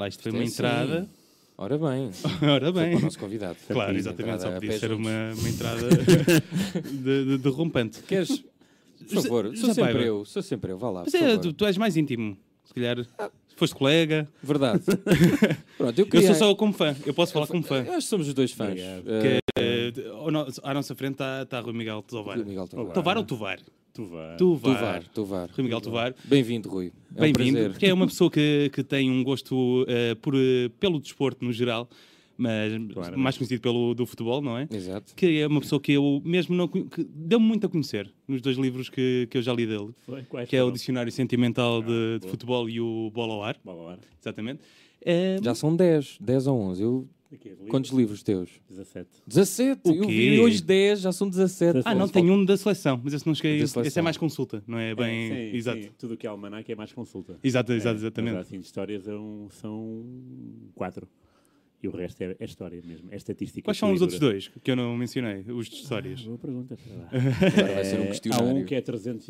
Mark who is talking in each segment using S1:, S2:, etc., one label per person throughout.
S1: isto foi uma entrada.
S2: Sim. Ora bem.
S1: Ora
S2: Foi
S1: bem.
S2: para o nosso convidado.
S1: Claro, exatamente. Só podia ser
S2: juntos.
S1: uma entrada de rompante.
S2: Queres? Por favor,
S1: Já
S2: sou sempre eu, vá lá.
S1: Mas
S2: por favor.
S1: tu és mais íntimo. Se calhar foste colega.
S2: Verdade. Pronto, eu
S1: Eu
S2: queria...
S1: sou só como fã. Eu posso falar como fã.
S2: Eu acho que somos os dois fãs.
S1: À nossa frente está Rui Miguel Tovar.
S2: Miguel Tovar.
S1: Tovar ou Tovar?
S2: Tovar.
S1: Rui Miguel Tovar.
S2: Bem-vindo, Rui. É um
S1: Bem-vindo,
S2: prazer.
S1: porque é uma pessoa que tem um gosto pelo desporto no geral, mas mais conhecido pelo do futebol, não é?
S2: Exato.
S1: Que é uma pessoa que eu mesmo não que deu-me muito a conhecer nos 2 livros que eu já li dele, que é o Dicionário Sentimental de Futebol e o Bola ao Ar. Exatamente.
S2: Já são 10 ou 11. Quantos livros teus? 17.
S1: O
S2: Eu
S1: quê?
S2: vi hoje 10, já são 17.
S1: Não, tem um da seleção, mas esse não cheguei.
S2: Da
S1: Esse
S2: seleção.
S1: é mais consulta, não é bem.
S3: Sim,
S1: exato.
S3: sim. Tudo o que é almanac é mais consulta.
S1: Exatamente.
S3: Mas assim, de histórias são 4. E o resto é história mesmo, é estatística.
S1: Quais são os outros 2 que eu não mencionei? Os de histórias.
S3: Boa pergunta. Sei lá.
S2: Agora vai ser um questionário.
S3: Há um que é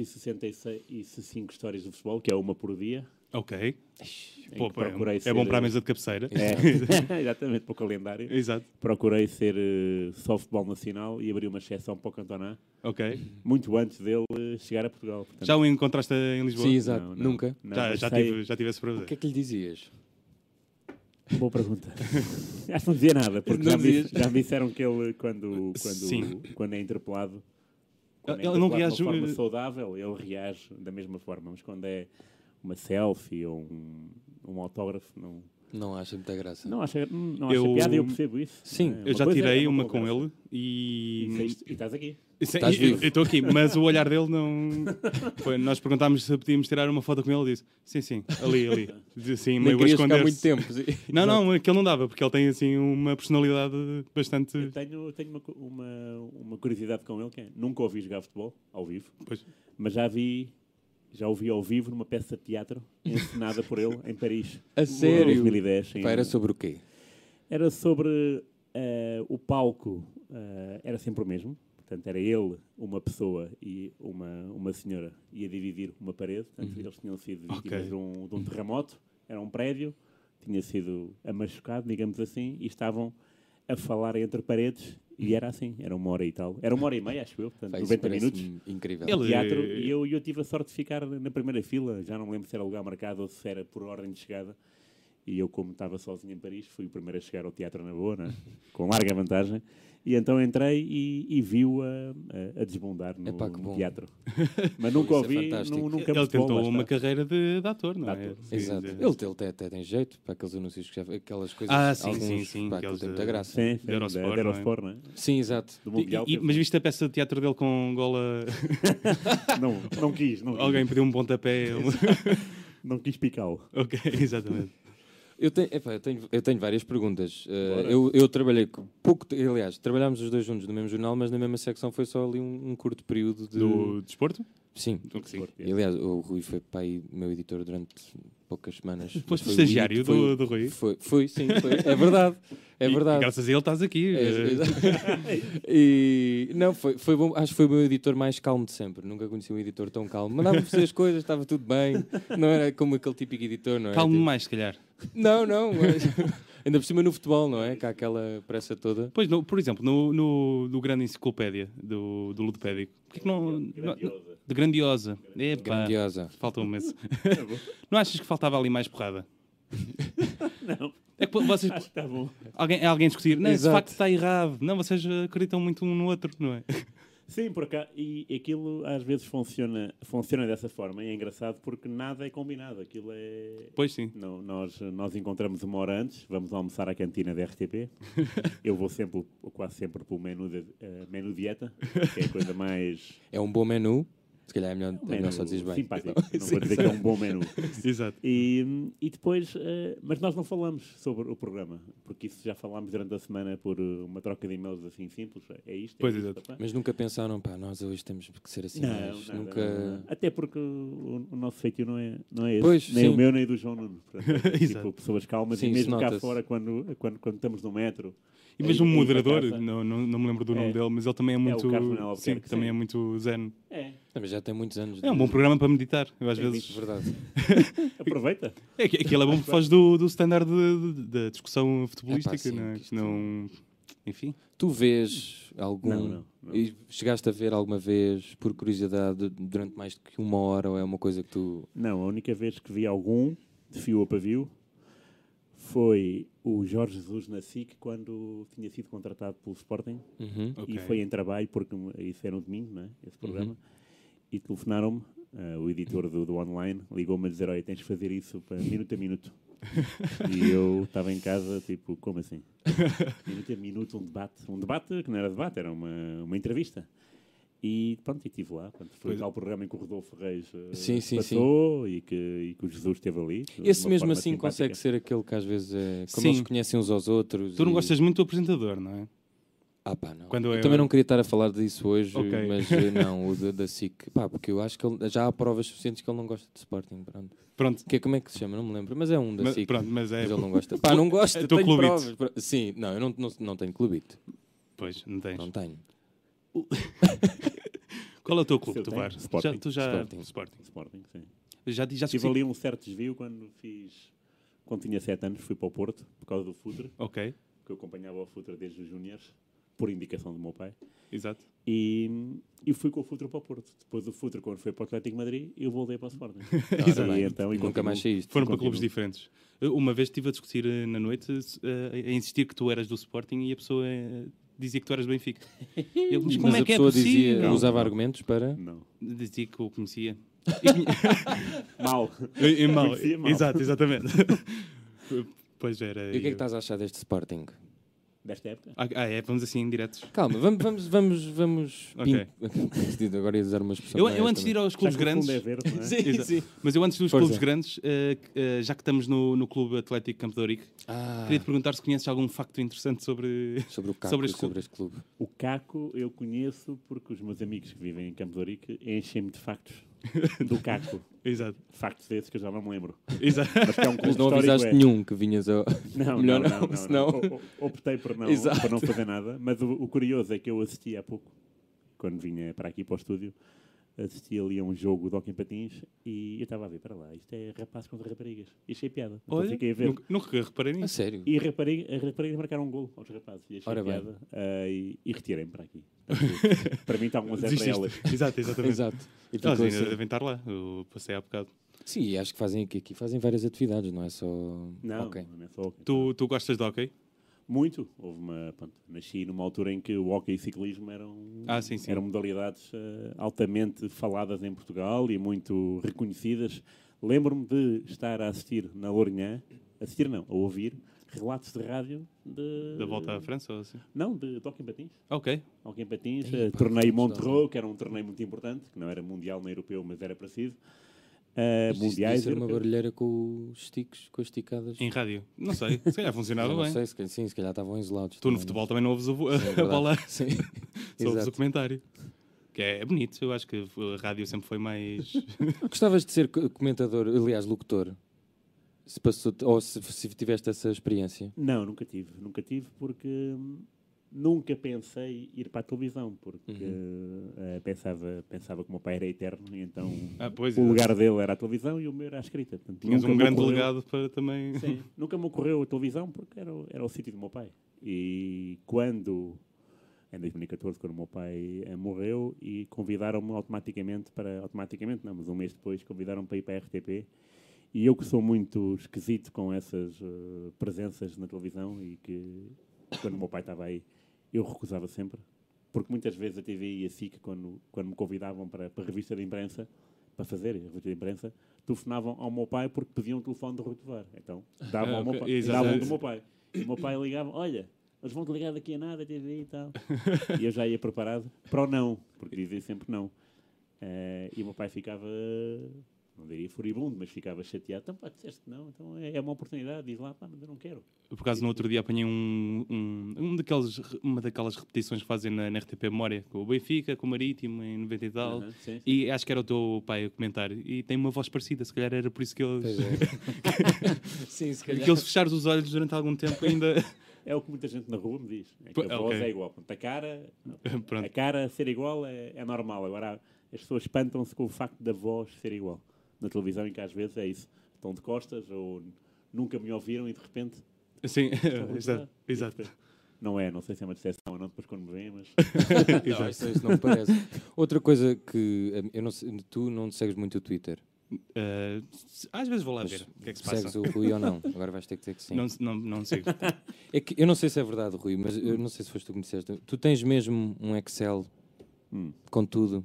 S3: 365 histórias do futebol, que é uma por dia.
S1: Ok. Pô,
S3: Procurei
S1: é
S3: ser-
S1: bom para a mesa de cabeceira.
S3: Exatamente, para o calendário.
S1: Exato.
S3: Procurei ser softball nacional e abri uma exceção para o Cantoná,
S1: Ok.
S3: muito antes dele chegar a Portugal. Portanto,
S1: Já o encontraste em Lisboa?
S2: Sim, exato.
S3: não,
S2: Nunca.
S3: não,
S1: Já,
S3: mas
S1: já,
S3: sei-
S1: tive, já tive esse
S2: O
S1: prazer.
S2: que é que lhe dizias?
S3: Boa pergunta. Acho que não dizia nada, porque
S2: Não
S3: já me
S2: dizias?
S3: disseram que ele, quando
S1: Sim.
S3: é interpelado,
S1: Ele não reage-
S3: de uma forma saudável, ele reage da mesma forma. Mas quando é uma selfie ou um autógrafo,
S2: Não acha muita graça.
S3: não acha
S1: Eu-
S3: piada e eu percebo isso.
S2: Sim,
S3: É
S1: Eu já
S3: coisa
S1: tirei
S3: é
S1: uma com
S3: conversa.
S1: ele e.
S3: E estás aqui.
S2: Estás vivo.
S1: Eu estou aqui, mas o olhar dele não. Nós perguntámos se podíamos tirar uma foto com ele e disse: sim, ali. Sim,
S2: Nem
S1: meio a
S2: querias ficar
S1: esconder.
S2: muito tempo.
S1: Não, aquele não dava, porque ele tem assim uma personalidade bastante.
S3: Eu tenho uma curiosidade com ele, que é, nunca ouvi jogar futebol, ao vivo,
S1: Pois.
S3: mas já o vi ao vivo numa peça de teatro encenada por ele em Paris.
S2: A sério?
S3: Em 2010. sim.
S2: Pá, era sobre o quê?
S3: Era sobre o palco, era sempre o mesmo. Portanto, era ele, uma pessoa e uma senhora, ia dividir uma parede. Portanto, eles tinham sido vítimas de um terremoto, era um prédio, tinha sido amachucado, digamos assim, e estavam a falar entre paredes, e era assim, era 1 hora e tal. Era 1 hora e meia, acho eu, portanto,
S2: Pá, isso
S3: 90 minutos.
S2: parece-me incrível.
S1: Ele-
S3: Teatro, e eu tive a sorte de ficar na primeira fila, já não me lembro se era lugar marcado ou se era por ordem de chegada. E eu, como estava sozinho em Paris, fui o primeiro a chegar ao teatro na boa, né? Com larga vantagem. E então entrei e vi-o a desbundar no,
S2: Epá, que
S3: no
S2: bom.
S3: teatro. Mas nunca
S2: Isso é
S3: ouvi,
S2: fantástico.
S3: nunca
S1: Ele
S3: futebol,
S1: tentou
S3: lá
S1: uma
S3: está.
S1: carreira de ator, não
S3: De
S1: é?
S3: ator.
S1: Sim,
S2: Exato.
S1: de-
S2: Ele até tem jeito para aqueles anúncios que já aquelas coisas.
S1: Ah, sim,
S2: alguns,
S1: sim.
S2: Pá,
S1: Aqueles
S2: aquilo tem
S1: de-
S2: muita graça.
S3: Sim,
S1: De Eurosport,
S3: da Eurosport, não é?
S2: Sim, exato.
S3: Do Mundial.
S1: Mas viste a peça de teatro dele com gola.
S3: Não quis.
S1: Alguém pediu um pontapé.
S3: Não quis picá-lo.
S1: Ok, exatamente.
S2: Eu tenho várias perguntas.
S3: Bora.
S2: Eu trabalhei aliás, trabalhámos os dois juntos no mesmo jornal, mas na mesma secção foi só ali um curto período de.
S1: Do desporto?
S2: Sim.
S1: Sim.
S2: E, aliás, o Rui foi pai meu editor durante poucas semanas.
S1: Foste
S2: Foi
S1: estagiário
S2: foi-
S1: do Rui?
S2: Foi, sim, foi. É verdade. É
S1: E
S2: verdade.
S1: graças a ele estás aqui.
S2: E não, foi bom. Acho que foi o meu editor mais calmo de sempre. Nunca conheci um editor tão calmo. Mandava-me fazer as coisas, estava tudo bem. Não era como aquele típico editor, não é?
S1: Calmo
S2: Tipo,
S1: mais, se calhar.
S2: Não, mas ainda por cima no futebol, não é? Que há aquela pressa toda.
S1: Pois, por exemplo, no grande enciclopédia do Ludopédico, porquê que não. De Grandiosa. Epá,
S2: Grandiosa.
S1: faltou-me esse. Não achas que faltava ali mais porrada?
S3: Não.
S1: É que vocês.
S3: Acho que está bom.
S1: Alguém discutir, não, esse
S2: Exato.
S1: facto está errado. Não, vocês acreditam muito um no outro, não é?
S3: Sim, por cá. E aquilo às vezes funciona dessa forma. E é engraçado porque nada é combinado. Aquilo é...
S1: Pois sim.
S3: Não, nós encontramos 1 hora antes, vamos almoçar à cantina da RTP. Eu vou sempre, ou quase sempre, pelo menu dieta, que é a coisa mais...
S2: É um bom menu. Se calhar é melhor só dizer bem.
S3: simpático. Não vou dizer que é um bom menu.
S1: Exato.
S3: E depois, mas nós não falamos sobre o programa, porque isso já falámos durante a semana por uma troca de e-mails assim simples. É isto.
S1: Pois,
S3: é isto,
S1: exato.
S3: papá.
S2: Mas nunca pensaram, pá, nós hoje temos que ser assim
S3: Não,
S2: mais.
S3: nada,
S2: Nunca.
S3: não. Até porque o nosso feitio não é esse.
S2: Pois,
S3: nem
S2: sim.
S3: o meu, nem o do João Nuno. Portanto, é
S1: Exato.
S3: tipo, pessoas calmas.
S2: Sim,
S3: e mesmo
S2: isso
S3: cá
S2: nota-se.
S3: fora, quando estamos no metro...
S1: E mesmo o
S3: aí para
S1: moderador,
S3: casa,
S1: não me lembro do nome
S3: É.
S1: dele, mas ele também é muito.
S3: Carlos Manuel
S1: sim,
S3: Albuquerque,
S1: também
S3: sim.
S1: é muito zen.
S2: Mas já tem muitos anos.
S1: É um bom programa para meditar. Eu às vezes...
S2: Verdade.
S3: Aproveita.
S1: Aquilo é bom porque foge do standard da discussão futebolística,
S2: sim,
S1: não é? Não... Enfim.
S2: Tu vês algum...
S3: Não.
S2: E chegaste a ver alguma vez, por curiosidade, durante mais do que 1 hora, ou é uma coisa que tu...
S3: Não, a única vez que vi algum, de fio a pavio, foi o Jorge Jesus na SIC, quando tinha sido contratado pelo Sporting. E foi em trabalho, porque isso era um domingo, não é? Esse programa. E telefonaram-me, o editor do online, ligou-me a dizer, olha, tens de fazer isso para minuto a minuto. E eu estava em casa, tipo, como assim? Minuto a minuto, um debate que não era debate, era uma entrevista. E pronto, e estive lá. Portanto, foi tal programa em que o Rodolfo Reis passou. E que o Jesus esteve ali.
S2: Esse mesmo assim simpática. Consegue ser aquele que às vezes é... Como eles conhecem uns aos outros.
S1: Tu não gostas muito do apresentador, não é?
S2: Não. Eu também não queria estar a falar disso hoje, mas não, o da SIC. Porque eu acho que já há provas suficientes que ele não gosta de Sporting. Pronto. Como é que se chama? Não me lembro. Mas é um da SIC.
S1: Mas
S2: ele não gosta. Não gosta, tenho provas. Sim, não, eu não tenho clubite.
S1: Pois, não tens.
S2: Não tenho.
S1: Qual é o teu clube, Tovar?
S3: Sporting.
S1: Sporting,
S3: sim.
S1: Já
S3: tive ali um certo desvio quando tinha 7 anos, fui para o Porto, por causa do Futre.
S1: Ok.
S3: Que eu acompanhava o Futre desde os júniores, por indicação do meu pai.
S1: Exato.
S3: E fui com o Futre para o Porto. Depois do Futre, quando foi para o Atlético de Madrid, eu voltei para o Sporting.
S2: E nunca mais saíste.
S1: Foram para clubes diferentes. Uma vez estive a discutir na noite, a insistir que tu eras do Sporting e a pessoa dizia que tu eras do Benfica.
S2: Mas como é que é possível? Usava argumentos para...
S3: Não.
S1: Dizia que eu conhecia.
S3: Mal.
S1: Mal. Exatamente. Pois era.
S2: E o que é que estás a achar deste Sporting?
S3: Desta época?
S1: Vamos assim, diretos.
S2: Calma, vamos
S1: Ok.
S2: Agora ia usar uma expressão.
S1: Eu antes de ir aos clubes grandes...
S3: Verde, não é?
S2: Sim.
S1: Mas eu antes dos clubes grandes, já que estamos no Clube Atlético Campo de Ourique, queria-te perguntar se conheces algum facto interessante sobre
S2: o Caco, sobre este clube.
S3: O Caco eu conheço porque os meus amigos que vivem em Campo de Ourique enchem-me de factos do Caco.
S1: Exato.
S3: Factos desses que eu já não me lembro.
S1: Exato.
S3: Mas
S2: não avisaste nenhum que vinhas a...
S3: Não. Optei por não fazer nada. Mas o curioso é que eu assisti há pouco, quando vinha para aqui para o estúdio, assisti ali a um jogo de hóquei em patins e eu estava a ver, para lá, isto é rapaz contra raparigas. E achei piada. Então fiquei a ver.
S1: Nunca reparei nisso.
S2: A sério?
S3: E as raparigas marcaram um golo aos rapazes. E achei piada. E retirei-me para aqui. Portanto, para mim está 1-0 para elas.
S1: Exatamente.
S2: Exato.
S1: E elas ainda devem estar lá. Eu passei há bocado.
S2: Sim, acho que fazem várias atividades, não é só...
S3: Não é só hóquei.
S1: Tu gostas de hóquei?
S3: Muito. Nasci numa altura em que o hóquei e o ciclismo eram modalidades altamente faladas em Portugal e muito reconhecidas. Lembro-me de estar a assistir na Lourinhã, a ouvir relatos de rádio
S1: da volta à França ou assim?
S3: Não, de hóquei em patins.
S1: Ok.
S3: Hóquei em patins, torneio Monterrey, que era um torneio muito importante, que não era mundial nem europeu, mas era parecido. Mundiais.
S2: Era uma barulheira com os sticks, com as esticadas.
S1: Em rádio? Não sei, se calhar funcionava bem.
S2: Não sei, se calhar estavam isolados.
S1: Tu no futebol também não ouves a bola.
S2: Sim.
S1: Só ouves o comentário. Que é bonito, eu acho que a rádio sempre foi mais...
S2: Gostavas de ser comentador, aliás, locutor? Se passou, ou se tiveste essa experiência?
S3: Não, nunca tive porque nunca pensei ir para a televisão, porque pensava que o meu pai era eterno e então o lugar dele era a televisão e o meu era a escrita. Portanto,
S1: tinhas um grande legado para também...
S3: Sim, nunca me ocorreu a televisão porque era o sítio do meu pai. E em 2014, quando o meu pai morreu, e convidaram-me automaticamente, mas um mês depois, convidaram-me para ir para a RTP. E eu que sou muito esquisito com essas presenças na televisão e que, quando o meu pai estava aí, eu recusava sempre. Porque muitas vezes a TV e a SIC, quando me convidavam para a revista de imprensa, para fazer a revista de imprensa, telefonavam ao meu pai porque pediam o telefone do Rui Tovar. Então, davam ao meu pai. Davam do meu pai. E o meu pai ligava, olha, eles vão-te ligar daqui a nada, a TV e tal. E eu já ia preparado para o não, porque dizia sempre não. E o meu pai ficava... não diria furibundo, mas ficava chateado. Então, pá, disseste que não, então é uma oportunidade. Diz lá, pá, mas eu não quero.
S1: Eu, por acaso, no outro dia apanhei uma daquelas repetições que fazem na RTP Memória, com o Benfica, com o Marítimo, em 90 e tal.
S3: Sim.
S1: E acho que era o teu pai a comentar. E tem uma voz parecida, se calhar era por isso que eles...
S2: Sim, se calhar.
S1: Que eles fecharam os olhos durante algum tempo ainda...
S3: É o que muita gente na rua me diz. É que a voz é igual. A cara ser igual é normal. Agora, as pessoas espantam-se com o facto da voz ser igual. Na televisão, em que às vezes é isso. Estão de costas ou nunca me ouviram e de repente...
S1: Sim, exato.
S3: Não sei se é uma decepção ou não, depois quando me veem, mas...
S2: Não, isso não me parece. Outra coisa que... Eu não sei, tu não segues muito o Twitter.
S1: Às vezes vou lá ver o que é que se passa.
S2: Segues o Rui ou não? Agora vais ter que dizer que sim.
S1: Não sigo.
S2: É que eu não sei se é verdade, Rui, mas eu não sei se foste tu que me disseste. Tu tens mesmo um Excel com tudo?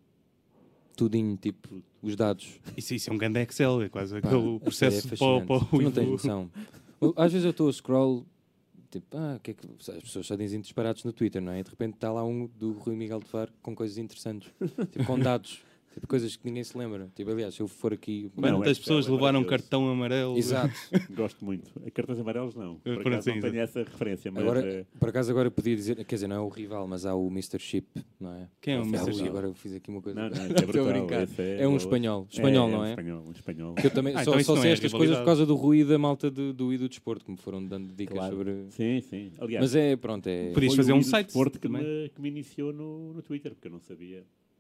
S2: Tudinho, tipo, os dados.
S1: Isso é um grande Excel, é quase aquele processo para
S2: tu não tens noção. Às vezes eu estou a scroll, tipo, que é que... as pessoas só dizem disparados no Twitter, não é? E de repente está lá um do Rui Miguel de Faro com coisas interessantes, tipo, com dados. Tipo, coisas que ninguém se lembra. Tipo, aliás, se eu for aqui...
S1: Quantas pessoas levaram um cartão amarelo?
S2: Exato.
S3: Gosto muito. Cartões amarelos não. Por acaso não tenho essa referência. Mas
S2: agora, por acaso agora podia dizer... Quer dizer, não é o rival, mas há o Mr. Chip, não é?
S1: Quem é o Mr. Chip?
S2: Agora eu fiz aqui uma coisa...
S3: Não, é brutal.
S2: É um espanhol. Espanhol, não é?
S3: Um espanhol.
S2: Que eu também só sei estas coisas por causa do Rui e da malta do I do Desporto, que me foram dando dicas sobre...
S3: Sim. Aliás,
S2: mas é, pronto,
S1: podias fazer um site
S3: que me iniciou no Twitter, porque eu não sabia...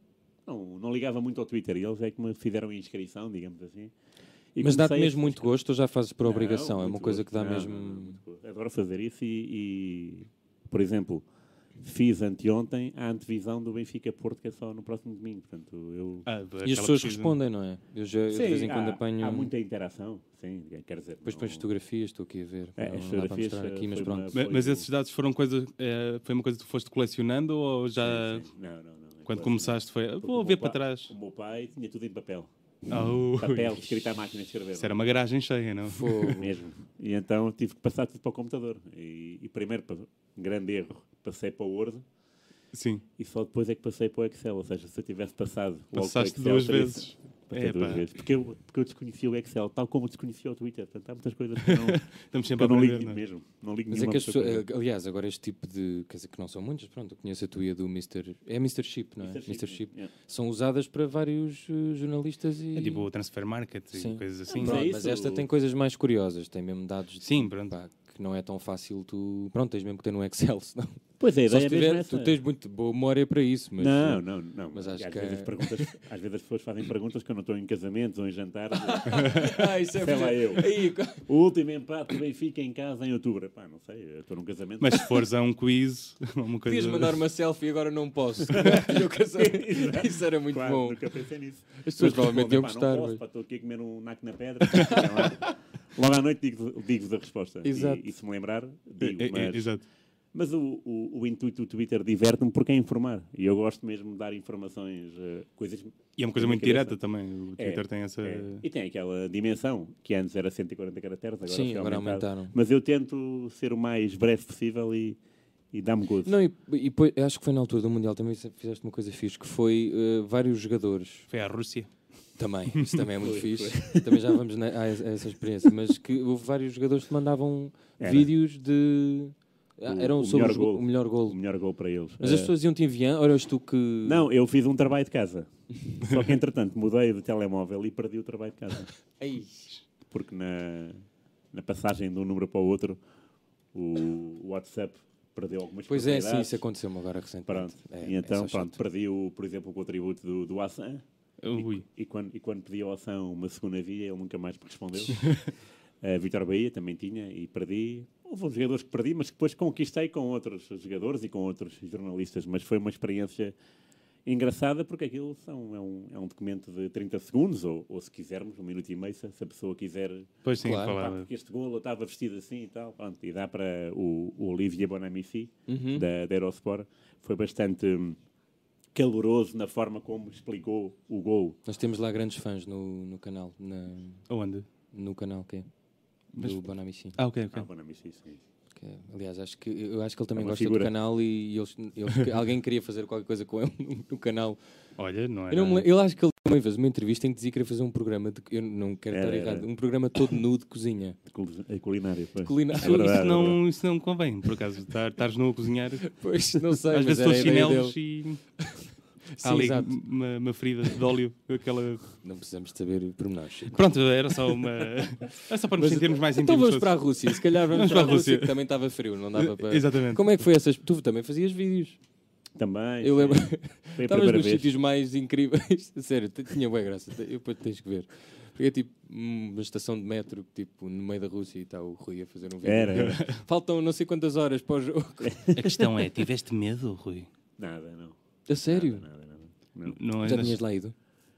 S3: Não ligava muito ao Twitter e eles é que me fizeram a inscrição, digamos assim.
S2: Mas dá-te mesmo muito gosto ou já fazes por obrigação? É uma coisa que dá mesmo...
S3: Adoro fazer isso e, por exemplo, fiz anteontem a antevisão do Benfica-Porto, que é só no próximo domingo. Portanto,
S2: e as pessoas respondem, não é? Eu de vez em quando apanho...
S3: Há muita interação, sim, quer dizer...
S2: Depois pões fotografias, estou aqui a ver.
S3: As fotografias aqui,
S2: mas pronto.
S1: Mas esses dados foram foi uma coisa que tu foste colecionando ou já...
S3: Sim. Não.
S1: Quando começaste vou ver para trás.
S3: O meu pai tinha tudo em papel.
S1: Oh,
S3: papel escrito à máquina de escrever.
S1: Isso era uma garagem cheia, não?
S3: Foi mesmo. E então tive que passar tudo para o computador. E primeiro, grande erro, passei para o Word.
S1: Sim.
S3: E só depois é que passei para o Excel. Ou seja, se eu tivesse passado logo
S1: para o Excel...
S3: duas vezes. Duas vezes. Porque eu desconhecia o Excel, tal como desconhecia o Twitter. Portanto, há muitas coisas que
S1: Estamos sempre a aprender,
S3: ligo mesmo. Não ligo
S2: mas é que as pessoas, aliás, agora este tipo de... Quer dizer, que não são muitas, pronto, eu conheço a tua do Mr. É Mr. Chip, não é? Mr. Chip. Yeah. São usadas para vários jornalistas e...
S1: É tipo o Transfer Market e coisas assim.
S2: Pronto, mas esta tem coisas mais curiosas, tem mesmo dados...
S1: Sim, pronto.
S2: Pá, que não é tão fácil tu... Pronto, tens mesmo que ter no Excel, senão...
S3: Pois é, a ideia mesmo
S2: tu tens muito boa memória para isso, mas...
S3: Não.
S2: Mas acho que...
S3: Às vezes as pessoas fazem perguntas que eu não estou em casamentos ou em jantares.
S2: Isso é
S3: sei lá eu. O último empate do Benfica em casa em outubro. Pá, não sei, eu estou num casamento.
S1: Mas se fores a um quiz...
S2: Podias mandar uma selfie e agora não posso. Isso era muito bom.
S3: Nunca pensei nisso.
S2: As pessoas provavelmente iam gostar.
S3: Não posso, estou aqui a comer um naco na pedra. Logo à noite digo-vos a resposta.
S2: Exato.
S3: E se me lembrar, digo.
S1: Exato.
S3: Mas o intuito do Twitter diverte-me porque é informar. E eu gosto mesmo de dar informações, coisas...
S1: E é uma coisa muito direta também. O Twitter tem essa...
S3: E tem aquela dimensão, que antes era 140 caracteres, agora
S2: sim, agora aumentaram.
S3: Mas eu tento ser o mais breve possível e dá-me gozo.
S2: Não, e acho que foi na altura do Mundial, também fizeste uma coisa fixe, que foi vários jogadores.
S1: Foi à Rússia.
S2: Também, isso também é muito fixe. Também já vamos a essa experiência. Mas que houve vários jogadores que mandavam vídeos de... Eram sobre o melhor golo.
S3: O melhor golo para eles.
S2: Mas as pessoas iam-te enviando, ou eras tu que...
S3: Não, eu fiz um trabalho de casa. Só que, entretanto, mudei de telemóvel e perdi o trabalho de casa. Porque na passagem de um número para o outro, o WhatsApp perdeu algumas
S2: Pois é, sim, isso aconteceu-me agora recentemente.
S3: E então, perdi, por exemplo, o contributo do Assan. E quando pedi ao Assan uma segunda via, ele nunca mais me respondeu. A Vítor Bahia também tinha e perdi. Houve uns jogadores que perdi, mas que depois conquistei com outros jogadores e com outros jornalistas. Mas foi uma experiência engraçada porque aquilo é um documento de 30 segundos ou se quisermos, 1 minuto e meio, se a pessoa quiser.
S1: Pois sim,
S3: claro. Porque este golo estava vestido assim e tal. Pronto, e dá para o Olivier Bonamici, da Eurosport. Foi bastante caloroso na forma como explicou o golo.
S2: Nós temos lá grandes fãs no canal.
S1: Onde?
S2: No canal, que é? Do Bonamici.
S1: Ok.
S3: Bonamici, sim.
S2: Aliás, eu acho que ele também gosta do canal e alguém queria fazer qualquer coisa com ele no canal.
S1: Olha, não é?
S2: Eu acho que ele também fez uma entrevista em que dizia que queria fazer um programa eu não quero estar errado, um programa todo nu de cozinha.
S3: Culinário, pois.
S1: Isso não convém, por acaso, estares nu a cozinhar.
S2: Pois, não sei.
S1: Às vezes estou chinelos
S2: e...
S1: Há ali uma ferida de óleo.
S2: Não precisamos de saber pormenores.
S1: Pronto, era só para nos sentirmos mais íntimos.
S2: Então vamos para a Rússia. Se calhar vamos para a Rússia, que também estava frio, não dava para...
S1: Exatamente.
S2: Como é que foi essas... Tu também fazias vídeos.
S3: Também.
S2: Eu lembro.
S3: Estavas
S2: nos sítios mais incríveis. Sério, tinha boa graça. Depois tens que ver. Porque é tipo uma estação de metro, tipo, no meio da Rússia e está o Rui a fazer um vídeo.
S3: Era.
S2: Faltam não sei quantas horas para o jogo.
S1: A questão é, tiveste medo, Rui?
S3: Nada, não.
S2: A sério?
S3: Nada.
S1: Não
S2: Já tinhas lá ido?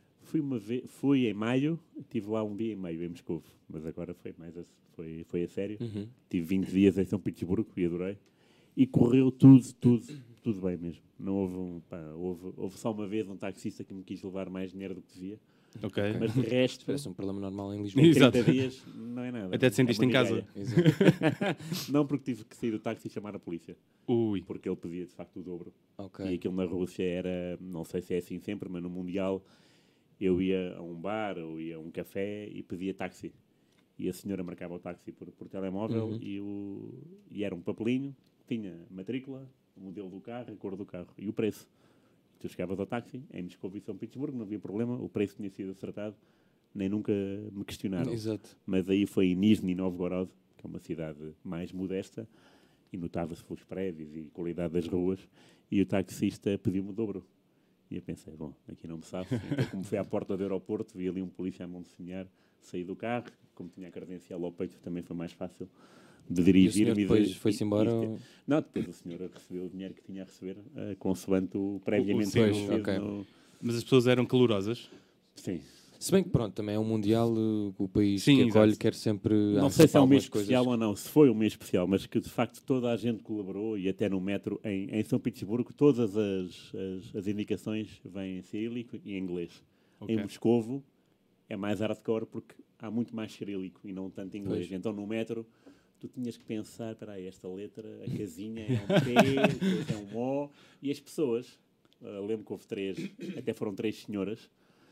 S3: Fui em maio, estive lá um dia e meio em Moscou, mas agora foi foi a sério. Tive 20 dias em São Petersburgo e adorei. E correu tudo bem mesmo. Não houve só uma vez um taxista que me quis levar mais dinheiro do que devia.
S1: Ok.
S3: Mas de resto,
S2: Parece um problema normal em Lisboa.
S3: em 30 dias não é nada.
S1: Até te sentiste em casa.
S3: Não, porque tive que sair do táxi e chamar a polícia.
S1: Ui.
S3: Porque ele pedia de facto o dobro.
S2: Ok.
S3: E aquilo na Rússia era, não sei se é assim sempre, mas no Mundial eu ia a um bar ou ia a um café e pedia táxi. E a senhora marcava o táxi por telemóvel e era um papelinho, tinha matrícula, o modelo do carro, a cor do carro e o preço. Tu chegavas ao táxi, em Moscou e São Petersburgo, não havia problema, o preço tinha sido acertado, nem nunca me questionaram.
S2: Exato.
S3: Mas aí foi em Nizhny Novgorod, que é uma cidade mais modesta, e notava-se os prédios e a qualidade das ruas, e o taxista pediu-me o dobro. E eu pensei, bom, aqui não me sabe. Então, como fui à porta do aeroporto, vi ali um polícia a mão de semear, saí do carro, como tinha a credencial ao peito, também foi mais fácil de dirigir-me.
S2: E depois foi-se embora?
S3: Não, depois a senhora recebeu o dinheiro que tinha a receber, consoante o previamente
S1: Sim,
S2: ok.
S1: Mas as pessoas eram calorosas?
S3: Sim.
S2: Se bem que, pronto, também é um Mundial, o país
S1: Sim,
S2: que acolhe
S1: exato.
S2: quer sempre...
S3: Não sei se é um mês especial ou não, se foi um mês especial, mas que de facto toda a gente colaborou e até no metro em São Petersburgo todas as indicações vêm em cirílico e em inglês.
S1: Okay.
S3: Em Moscovo é mais hardcore porque há muito mais cirílico e não tanto inglês.
S2: Pois.
S3: Então no metro tu tinhas que pensar, espera aí, esta letra, a casinha é um P, depois é um O, e as pessoas, lembro que houve até foram 3 senhoras,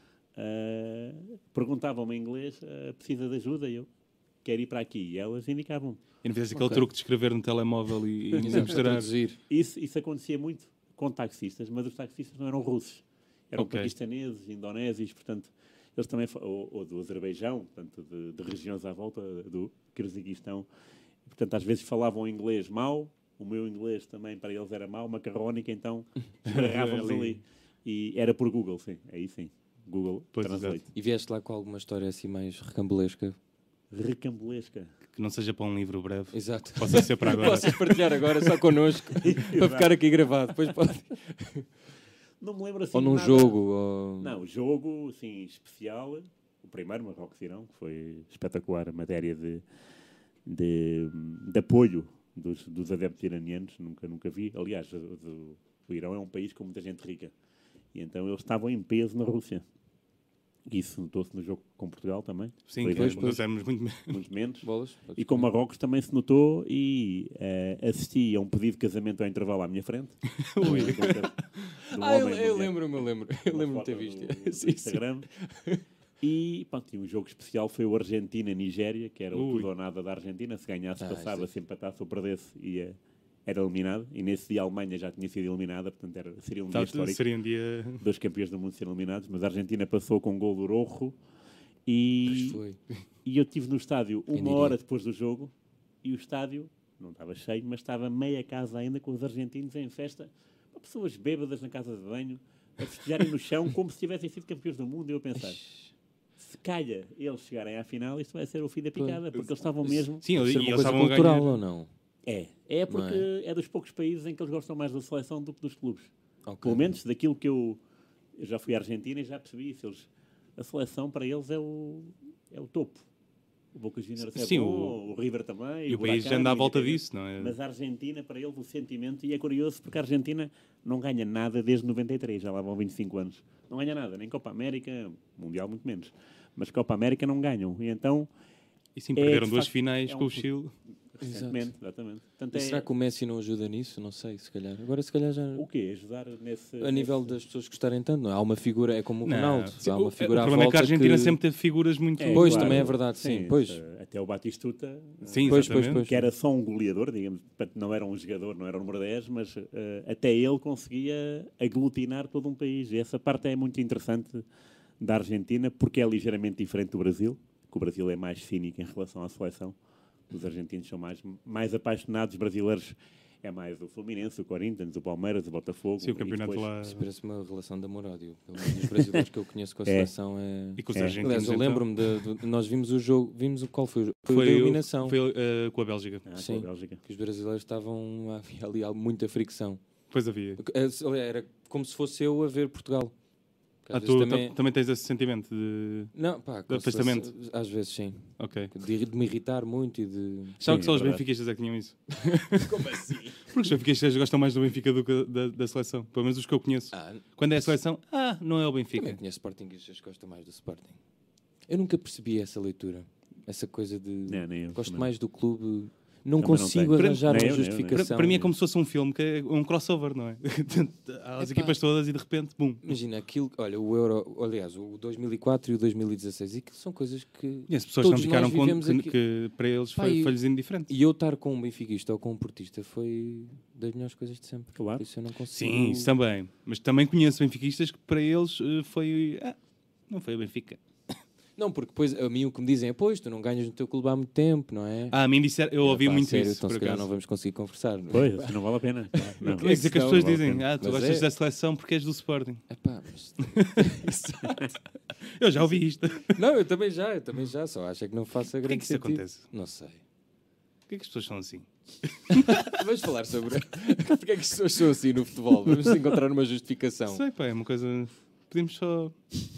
S3: perguntavam-me em inglês, precisa de ajuda? E eu, quero ir para aqui. E elas indicavam-me.
S1: E não fizeste aquele truque de escrever no telemóvel e mostrar?
S3: Isso acontecia muito com taxistas, mas os taxistas não eram russos. Eram paquistaneses, indonésios, portanto, eles também, ou do Azerbaijão, portanto, de regiões à volta do Quirguistão. Portanto, às vezes falavam inglês mau, o meu inglês também para eles era mau, macarrónico, então agarrávamos ali. E era por Google, sim, aí sim. Google Translate.
S2: E vieste lá com alguma história assim mais recambulesca?
S3: Recambulesca?
S1: Que não seja para um livro breve.
S2: Exato.
S1: Possa ser para agora.
S2: Possas partilhar agora só connosco, para ficar aqui gravado. Depois pode...
S3: Não me lembro assim.
S2: Ou num
S3: nada.
S2: jogo. Ou...
S3: Não, jogo assim, especial. O primeiro, Marrocos e Irão, que foi espetacular a matéria de apoio dos adeptos iranianos. Nunca vi. Aliás, o Irão é um país com muita gente rica. E então eles estavam em peso na Rússia. Isso notou-se no jogo com Portugal também.
S1: Sim, nós éramos muito
S3: menos.
S2: Bolas,
S3: e com Marrocos também se notou e assisti a um pedido de casamento ao intervalo à minha frente.
S2: Eu lembro-me de ter visto.
S3: No Instagram. E um jogo especial foi o Argentina-Nigéria, que era o tudo ou nada da Argentina. Se ganhasse, passava, se empatasse ou perdesse, era eliminado. E nesse dia a Alemanha já tinha sido eliminada, portanto seria um dia histórico.
S1: Seria um dia...
S3: 2 campeões do mundo serem eliminados, mas a Argentina passou com um gol do Rojo. E eu estive no estádio uma hora depois do jogo e o estádio não estava cheio, mas estava meia casa ainda com os argentinos em festa, pessoas bêbadas na casa de banho, a festejarem no chão como se tivessem sido campeões do mundo. E eu pensar, se calha eles chegarem à final, isto vai ser o fim da picada, porque eles estavam mesmo...
S1: Sim,
S2: eles estavam cultural ou não?
S3: É porque é dos poucos países em que eles gostam mais da seleção do que dos clubes.
S2: Okay.
S3: Pelo menos daquilo que eu já fui à Argentina e já percebi isso. A seleção para eles é o topo. O Boca Juniors é bom, o River também.
S1: E o país já anda à volta disso, não é?
S3: Mas a Argentina, para eles, o sentimento, e é curioso porque a Argentina não ganha nada desde 93, já lá vão 25 anos. Não ganha nada, nem Copa América, Mundial muito menos. Mas Copa América não ganham. E então...
S1: E sim, perderam 2 finais com o Chile.
S3: Exatamente. Portanto,
S2: será que o Messi não ajuda nisso? Não sei, se calhar. Agora, se calhar já...
S3: O quê? Ajudar nesse...
S2: A nível das pessoas gostarem tanto, não é? Há uma figura, é como o Ronaldo. Há uma figura
S1: o problema é que a Argentina sempre teve figuras muito...
S2: Pois, claro, também é verdade, sim. Pois.
S3: Até o Batistuta,
S1: pois.
S3: Que era só um goleador, digamos, não era um jogador, não era o número 10, mas até ele conseguia aglutinar todo um país. E essa parte é muito interessante da Argentina, porque é ligeiramente diferente do Brasil, que o Brasil é mais cínico em relação à seleção. Os argentinos são mais apaixonados, os brasileiros é mais o Fluminense, o Corinthians, o Palmeiras, o Botafogo.
S1: Sim, o campeonato
S3: depois...
S1: lá...
S2: Isso parece uma relação de amor-ódio. Os brasileiros que eu conheço com a seleção é...
S1: E com os argentinos,
S2: Aliás, eu lembro-me de... Nós vimos o jogo... qual foi o jogo? Foi a eliminação.
S1: Foi com a Bélgica.
S2: Sim,
S3: com a Bélgica.
S2: Que os brasileiros estavam... Havia ali muita fricção.
S1: Pois havia.
S2: Era como se fosse eu a ver Portugal.
S1: Tu também tens esse sentimento de...
S2: Não, pá,
S1: afastamento?
S2: Às vezes sim.
S1: Ok.
S2: De me irritar muito e de...
S1: Sabe que só os benfiquistas é que tinham isso?
S3: Como assim?
S1: Porque os benfiquistas gostam mais do Benfica do que da seleção. Pelo menos os que eu conheço. Quando é a seleção, não é o Benfica.
S2: Também conheço Sportingistas que gostam mais do Sporting. Eu nunca percebi essa leitura. Essa coisa de... Gosto mais do clube... Não consigo arranjar uma justificação.
S1: Para mim é como se fosse um filme, que é um crossover, não é? Há as equipas todas e de repente, bum.
S2: Imagina aquilo, olha, o Euro, aliás, o 2004 e o 2016, e aquilo são coisas que...
S1: E as pessoas não ficaram com que para eles foi-lhes indiferente.
S2: E eu estar com um benfiquista ou com um portista foi das melhores coisas de sempre.
S3: Claro.
S2: Isso eu não consigo...
S1: Sim, isso também. Mas também conheço benfiquistas que para eles foi... não foi o Benfica.
S2: Não, porque depois a mim o que me dizem é, pois, tu não ganhas no teu clube há muito tempo, não é?
S1: A mim disseram, eu ouvi muito
S2: sério,
S1: isso.
S2: Então se calhar não vamos conseguir conversar. Não?
S3: Pois, não vale a pena. Não.
S1: É dizer que as pessoas dizem, tu gostas da seleção porque és do Sporting.
S2: Epá, mas...
S1: Eu já ouvi isto.
S2: Não, eu também já, só acho que não faça grande
S1: sentido. Porquê que isso acontece?
S2: Não sei.
S1: Porquê que as pessoas são assim?
S2: Vamos falar sobre porquê que as pessoas são assim no futebol. Vamos encontrar uma justificação.
S1: Não sei, pá, é uma coisa... Podemos só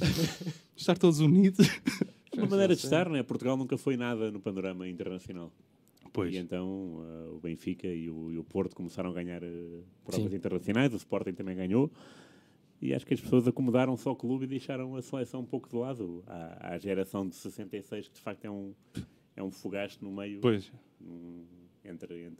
S1: estar todos unidos.
S3: Uma maneira de estar, né? Portugal nunca foi nada no panorama internacional.
S1: Pois.
S3: E então o Benfica e o Porto começaram a ganhar provas internacionais, o Sporting também ganhou. E acho que as pessoas acomodaram só o clube e deixaram a seleção um pouco de lado. Há a geração de 66, que de facto é um fogaste no meio.
S1: Pois.
S3: Entre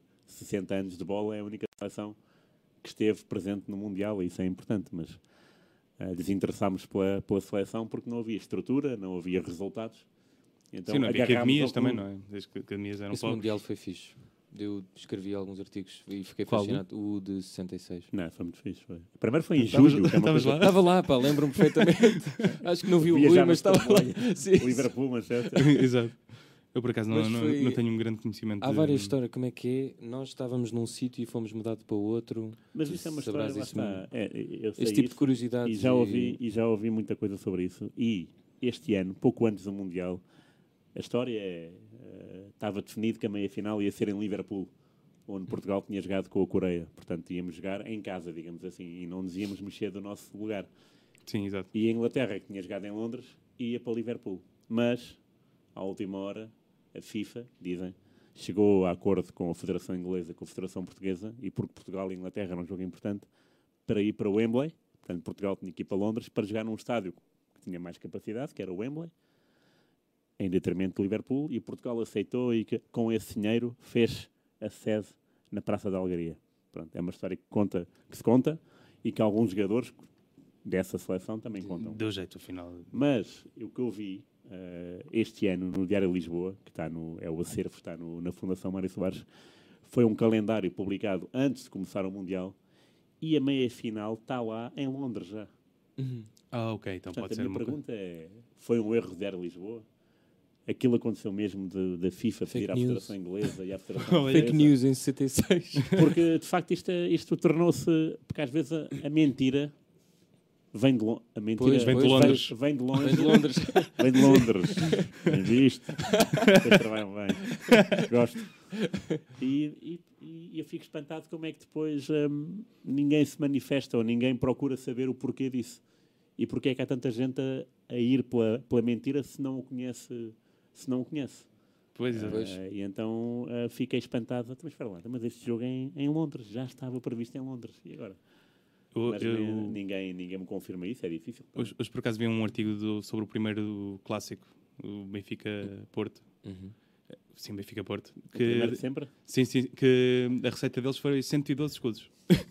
S3: 60 anos de bola, é a única seleção que esteve presente no Mundial, e isso é importante, mas desinteressámos pela seleção porque não havia estrutura, não havia resultados. Então,
S1: sim, não havia academias também, não é? Desde que academias eram
S2: Esse
S1: pobres.
S2: Mundial foi fixe. Eu escrevi alguns artigos e fiquei fascinado. O de 66.
S3: Não, foi muito fixe. Foi. Primeiro foi em julho.
S2: Estava lá, pá, lembro-me perfeitamente. Acho que não vi o Rui, mas estava lá.
S3: Liverpool, Manchester.
S1: Exato. Eu, por acaso, não tenho um grande conhecimento.
S2: Há várias histórias. Como é que é? Nós estávamos num sítio e fomos mudados para outro.
S3: Mas isso é uma história, lá está.
S2: Esse tipo de curiosidade.
S3: E já ouvi muita coisa sobre isso. E este ano, pouco antes do Mundial, a história estava definido que a meia-final ia ser em Liverpool, onde Portugal tinha jogado com a Coreia. Portanto, íamos jogar em casa, digamos assim, e não nos íamos mexer do nosso lugar.
S1: Sim, exato.
S3: E a Inglaterra, que tinha jogado em Londres, ia para Liverpool. Mas, à última hora, a FIFA, dizem, chegou a acordo com a Federação Inglesa, com a Federação Portuguesa, e porque Portugal e Inglaterra era um jogo importante, para ir para o Wembley. Portanto, Portugal tinha que ir para Londres para jogar num estádio que tinha mais capacidade, que era o Wembley, em detrimento de Liverpool, e Portugal aceitou e que, com esse dinheiro fez a sede na Praça da Algaria. Pronto, é uma história que se conta e que alguns jogadores dessa seleção também contam.
S1: Deu jeito, afinal.
S3: Mas o que eu vi este ano no Diário de Lisboa, que é o acervo, está na Fundação Mário Soares, foi um calendário publicado antes de começar o Mundial e a meia-final está lá em Londres já.
S1: Ok, então
S3: portanto,
S1: pode ser
S3: uma
S1: uma
S3: pergunta foi um erro do Diário de Lisboa? Aquilo aconteceu mesmo da FIFA pedir à Federação Inglesa e à Federação Inglesa.
S2: Fake news em 66.
S3: Porque, de facto, isto tornou-se... Porque, às vezes, a mentira vem de Londres. A mentira
S1: vem de Londres.
S3: Vem de Londres. Vem de Londres. Bem visto. Vocês trabalham bem. Gosto. E eu fico espantado como é que depois ninguém se manifesta ou ninguém procura saber o porquê disso. E porquê é que há tanta gente a ir pela mentira se não o conhece...
S1: Pois é.
S3: E então fiquei espantado. Mas espera lá, mas este jogo é em Londres. Já estava previsto em Londres. E agora? Mas ninguém me confirma isso. É difícil.
S1: Hoje por acaso vi um artigo sobre o primeiro clássico, o Benfica-Porto. Sim, Benfica-Porto.
S3: O primeiro de sempre?
S1: Sim, que a receita deles foi 112 escudos.